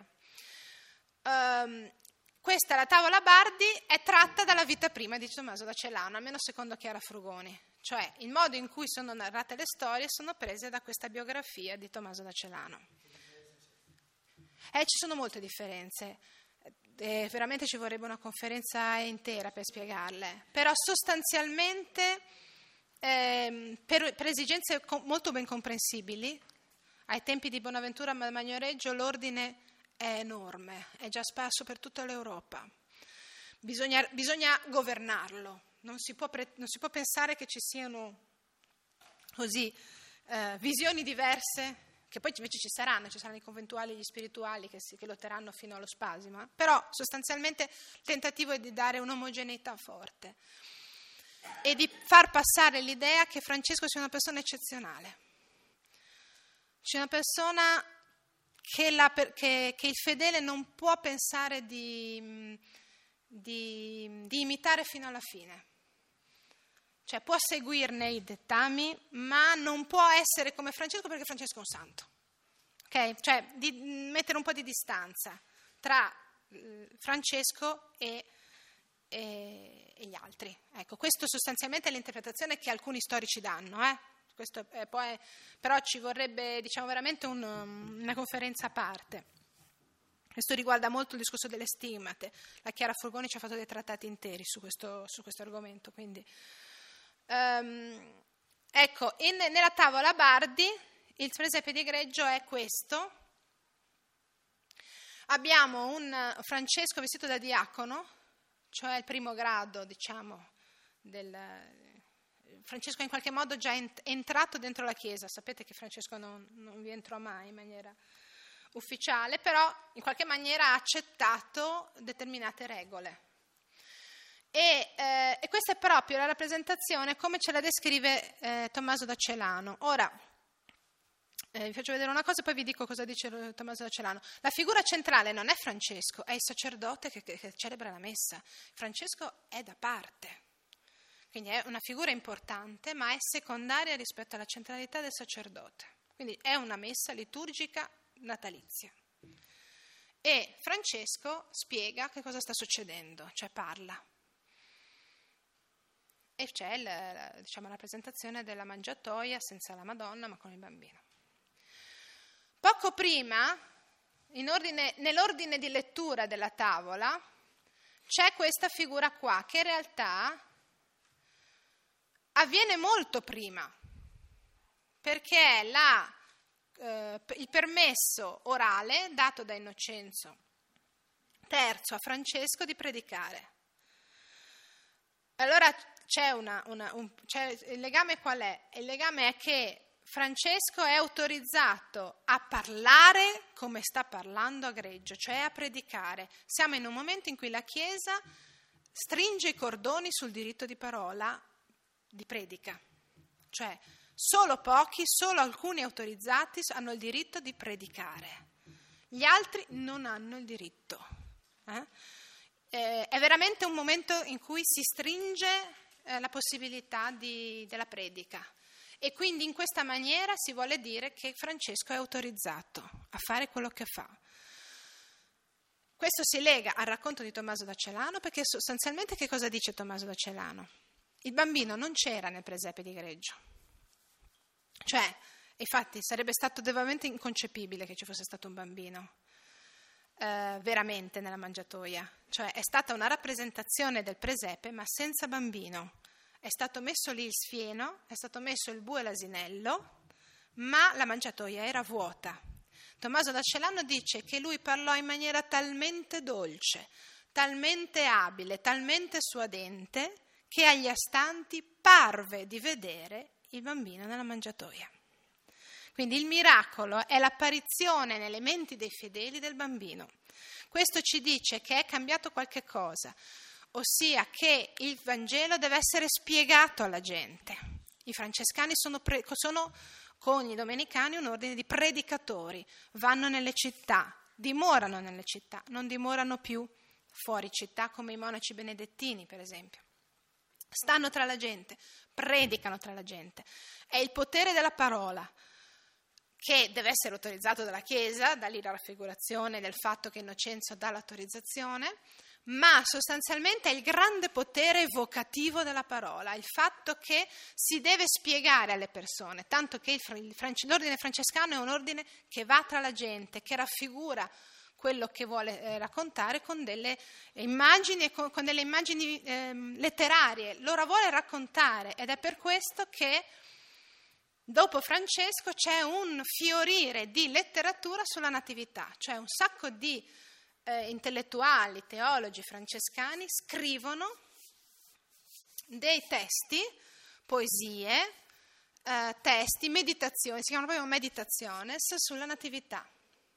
Questa, la tavola Bardi, è tratta dalla vita prima di Tommaso da Celano, almeno secondo Chiara Frugoni, cioè il modo in cui sono narrate le storie sono prese da questa biografia di Tommaso da Celano. Ci sono molte differenze. Veramente ci vorrebbe una conferenza intera per spiegarle, però sostanzialmente per esigenze molto ben comprensibili, ai tempi di Bonaventura Magnoreggio l'ordine è enorme, è già sparso per tutta l'Europa, bisogna governarlo, non si può pensare che ci siano così visioni diverse, che poi invece ci saranno i conventuali e gli spirituali che lotteranno fino allo spasimo, però sostanzialmente il tentativo è di dare un'omogeneità forte e di far passare l'idea che Francesco sia una persona eccezionale, sia una persona che il fedele non può pensare di imitare fino alla fine. Cioè può seguirne i dettami, ma non può essere come Francesco perché Francesco è un santo. Okay? Cioè di mettere un po' di distanza tra Francesco e gli altri. Ecco, questo sostanzialmente è l'interpretazione che alcuni storici danno. Questo però ci vorrebbe veramente una conferenza a parte. Questo riguarda molto il discorso delle stimmate. La Chiara Frugoni ci ha fatto dei trattati interi su questo argomento, quindi... Ecco, nella tavola Bardi il presepe di Greggio è questo. Abbiamo un Francesco vestito da diacono, cioè il primo grado, Francesco in qualche modo già entrato dentro la Chiesa. Sapete che Francesco non vi entrò mai in maniera ufficiale, però in qualche maniera ha accettato determinate regole. E questa è proprio la rappresentazione come ce la descrive Tommaso da Celano. Ora, vi faccio vedere una cosa e poi vi dico cosa dice Tommaso da Celano. La figura centrale non è Francesco, è il sacerdote che celebra la messa. Francesco è da parte, quindi è una figura importante, ma è secondaria rispetto alla centralità del sacerdote. Quindi è una messa liturgica natalizia. E Francesco spiega che cosa sta succedendo, cioè parla. E c'è la rappresentazione della mangiatoia senza la Madonna ma con il bambino. Poco prima, nell'ordine di lettura della tavola, c'è questa figura qua che in realtà avviene molto prima, perché è il permesso orale dato da Innocenzo III a Francesco di predicare. Allora il legame qual è? Il legame è che Francesco è autorizzato a parlare come sta parlando a Greggio, cioè a predicare. Siamo in un momento in cui la Chiesa stringe i cordoni sul diritto di parola di predica, cioè solo pochi, solo alcuni autorizzati hanno il diritto di predicare, gli altri non hanno il diritto. È veramente un momento in cui si stringe la possibilità della predica e quindi in questa maniera si vuole dire che Francesco è autorizzato a fare quello che fa. Questo si lega al racconto di Tommaso da Celano, perché sostanzialmente che cosa dice Tommaso da Celano? Il bambino non c'era nel presepe di Greggio, cioè infatti sarebbe stato veramente inconcepibile che ci fosse stato un bambino veramente nella mangiatoia, cioè è stata una rappresentazione del presepe ma senza bambino, è stato messo lì il sfieno, è stato messo il bue e l'asinello, ma la mangiatoia era vuota. Tommaso da Celano dice che lui parlò in maniera talmente dolce, talmente abile, talmente suadente che agli astanti parve di vedere il bambino nella mangiatoia. Quindi il miracolo è l'apparizione nelle menti dei fedeli del bambino. Questo ci dice che è cambiato qualche cosa, ossia che il Vangelo deve essere spiegato alla gente. I francescani sono con i domenicani un ordine di predicatori, vanno nelle città, dimorano nelle città, non dimorano più fuori città come i monaci benedettini, per esempio. Stanno tra la gente, predicano tra la gente. È il potere della parola che deve essere autorizzato dalla Chiesa, da lì la raffigurazione del fatto che Innocenzo dà l'autorizzazione, ma sostanzialmente è il grande potere evocativo della parola, il fatto che si deve spiegare alle persone, tanto che l'ordine francescano è un ordine che va tra la gente, che raffigura quello che vuole raccontare con delle immagini, con delle immagini letterarie, lo vuole raccontare, ed è per questo che dopo Francesco c'è un fiorire di letteratura sulla natività, cioè un sacco di intellettuali, teologi francescani scrivono dei testi, poesie, testi, meditazioni, si chiamano proprio meditaciones sulla natività.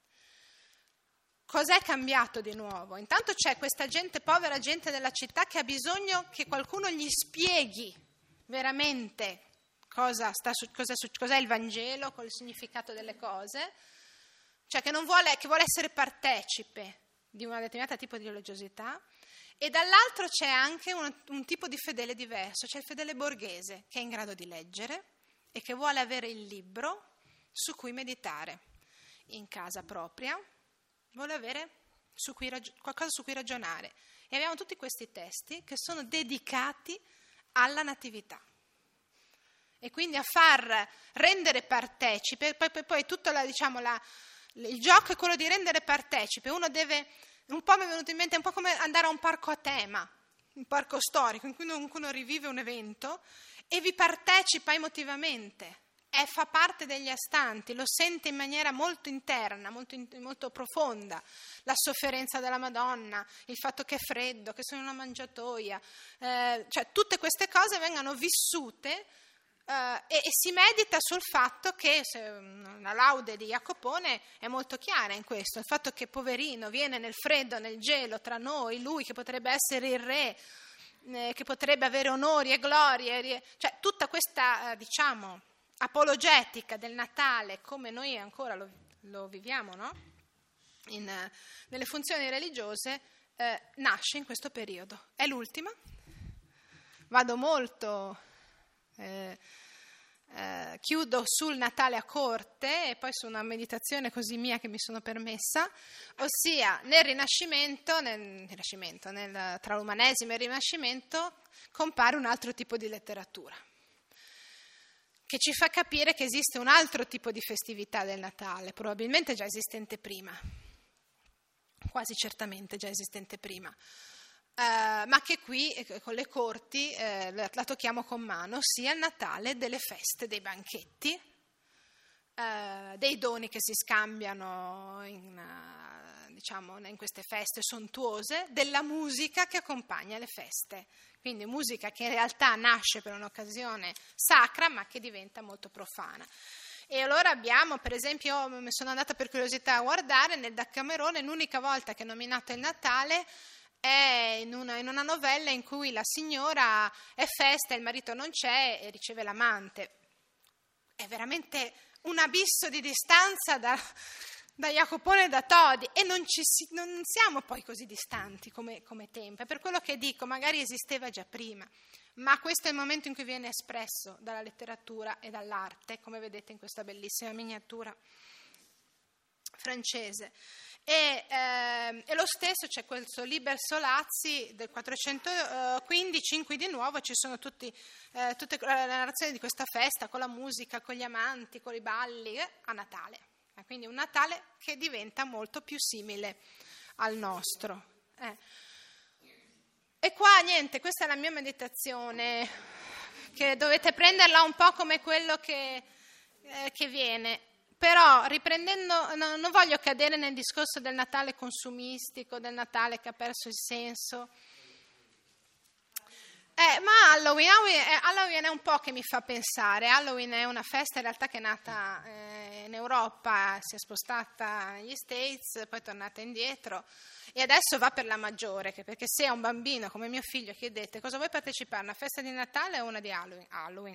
Cos'è cambiato di nuovo? Intanto c'è questa gente, povera gente della città, che ha bisogno che qualcuno gli spieghi veramente cos'è il Vangelo, col significato delle cose, cioè che vuole essere partecipe di una determinata tipo di religiosità, e dall'altro c'è anche un tipo di fedele diverso, c'è il fedele borghese che è in grado di leggere e che vuole avere il libro su cui meditare in casa propria, vuole avere qualcosa su cui ragionare, e abbiamo tutti questi testi che sono dedicati alla natività. E quindi a far rendere partecipe, poi tutto il gioco è quello di rendere partecipe. Uno deve, un po' mi è venuto in mente, è un po' come andare a un parco a tema, un parco storico in cui uno rivive un evento e vi partecipa emotivamente, fa parte degli astanti, lo sente in maniera molto interna, molto profonda, la sofferenza della Madonna, il fatto che è freddo, che sono in una mangiatoia, cioè tutte queste cose vengono vissute. E si medita sul fatto che la laude di Jacopone è molto chiara in questo, il fatto che poverino viene nel freddo, nel gelo tra noi, lui che potrebbe essere il re, che potrebbe avere onori e glorie, cioè tutta questa apologetica del Natale come noi ancora lo viviamo, no? Nelle funzioni religiose, nasce in questo periodo. È l'ultima, vado molto... chiudo sul Natale a corte e poi su una meditazione così mia che mi sono permessa, ossia nel Rinascimento, tra l'Umanesimo e il Rinascimento compare un altro tipo di letteratura che ci fa capire che esiste un altro tipo di festività del Natale, probabilmente già esistente prima, quasi certamente già esistente prima, ma che qui con le corti la tocchiamo con mano, ossia il Natale delle feste, dei banchetti, dei doni che si scambiano in queste feste sontuose, della musica che accompagna le feste, quindi musica che in realtà nasce per un'occasione sacra ma che diventa molto profana. E allora abbiamo, per esempio, mi sono andata per curiosità a guardare nel Decamerone, l'unica volta che è nominato il Natale è in una novella in cui la signora è festa, il marito non c'è e riceve l'amante. È veramente un abisso di distanza da Jacopone e da Todi, e non siamo poi così distanti come tempo. È per quello che dico, magari esisteva già prima, ma questo è il momento in cui viene espresso dalla letteratura e dall'arte, come vedete in questa bellissima miniatura francese. E lo stesso c'è questo Liber Solazzi del 415 in cui di nuovo ci sono tutte le narrazioni di questa festa con la musica, con gli amanti, con i balli a Natale. Quindi un Natale che diventa molto più simile al nostro. E qua niente, questa è la mia meditazione, che dovete prenderla un po' come quello che viene. Però riprendendo, non voglio cadere nel discorso del Natale consumistico, del Natale che ha perso il senso. Ma Halloween è un po' che mi fa pensare. Halloween è una festa in realtà che è nata in Europa, si è spostata negli States, poi è tornata indietro e adesso va per la maggiore, perché se a un bambino come mio figlio chiedete cosa vuoi partecipare, una festa di Natale o una di Halloween?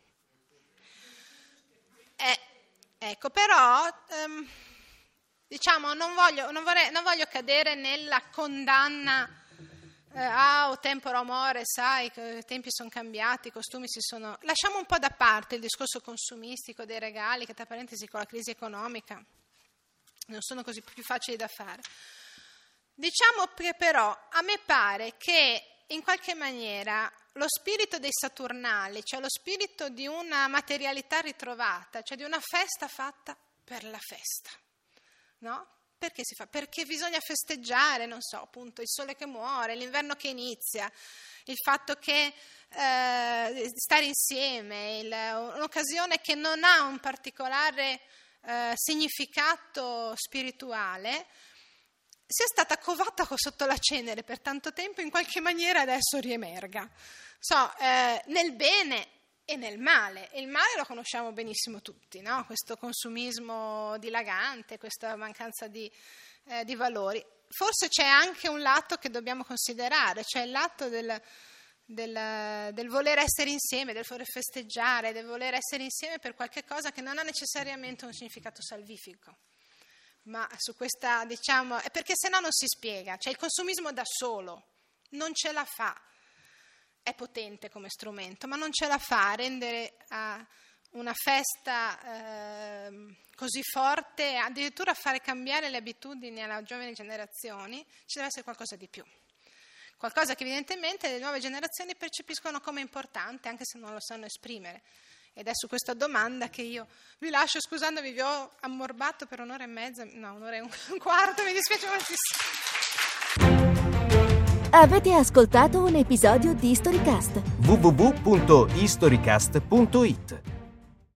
Ecco, però diciamo non voglio cadere nella condanna. O tempora more, sai, i tempi sono cambiati, i costumi Lasciamo un po' da parte il discorso consumistico dei regali, che tra parentesi con la crisi economica non sono così più facili da fare. Diciamo che però a me pare che in qualche maniera lo spirito dei Saturnali, cioè lo spirito di una materialità ritrovata, cioè di una festa fatta per la festa, no? Perché si fa? Perché bisogna festeggiare, non so, appunto, il sole che muore, l'inverno che inizia, il fatto che stare insieme, un'occasione che non ha un particolare significato spirituale, sia stata covata sotto la cenere per tanto tempo, in qualche maniera adesso riemerga. Nel bene e nel male. Il male lo conosciamo benissimo tutti, no? Questo consumismo dilagante, questa mancanza di valori. Forse c'è anche un lato che dobbiamo considerare, cioè il lato del voler essere insieme, del voler festeggiare, del voler essere insieme per qualche cosa che non ha necessariamente un significato salvifico. Ma su questa, diciamo, perché se no non si spiega, cioè il consumismo da solo non ce la fa. È potente come strumento, ma non ce la fa a rendere una festa così forte, addirittura a fare cambiare le abitudini alle giovani generazioni. Ci deve essere qualcosa di più, qualcosa che evidentemente le nuove generazioni percepiscono come importante, anche se non lo sanno esprimere. Ed è su questa domanda che io vi lascio, scusandovi, vi ho ammorbato per un'ora e mezza, no, un'ora e un quarto, mi dispiace moltissimo. Avete ascoltato un episodio di Historycast. www.historycast.it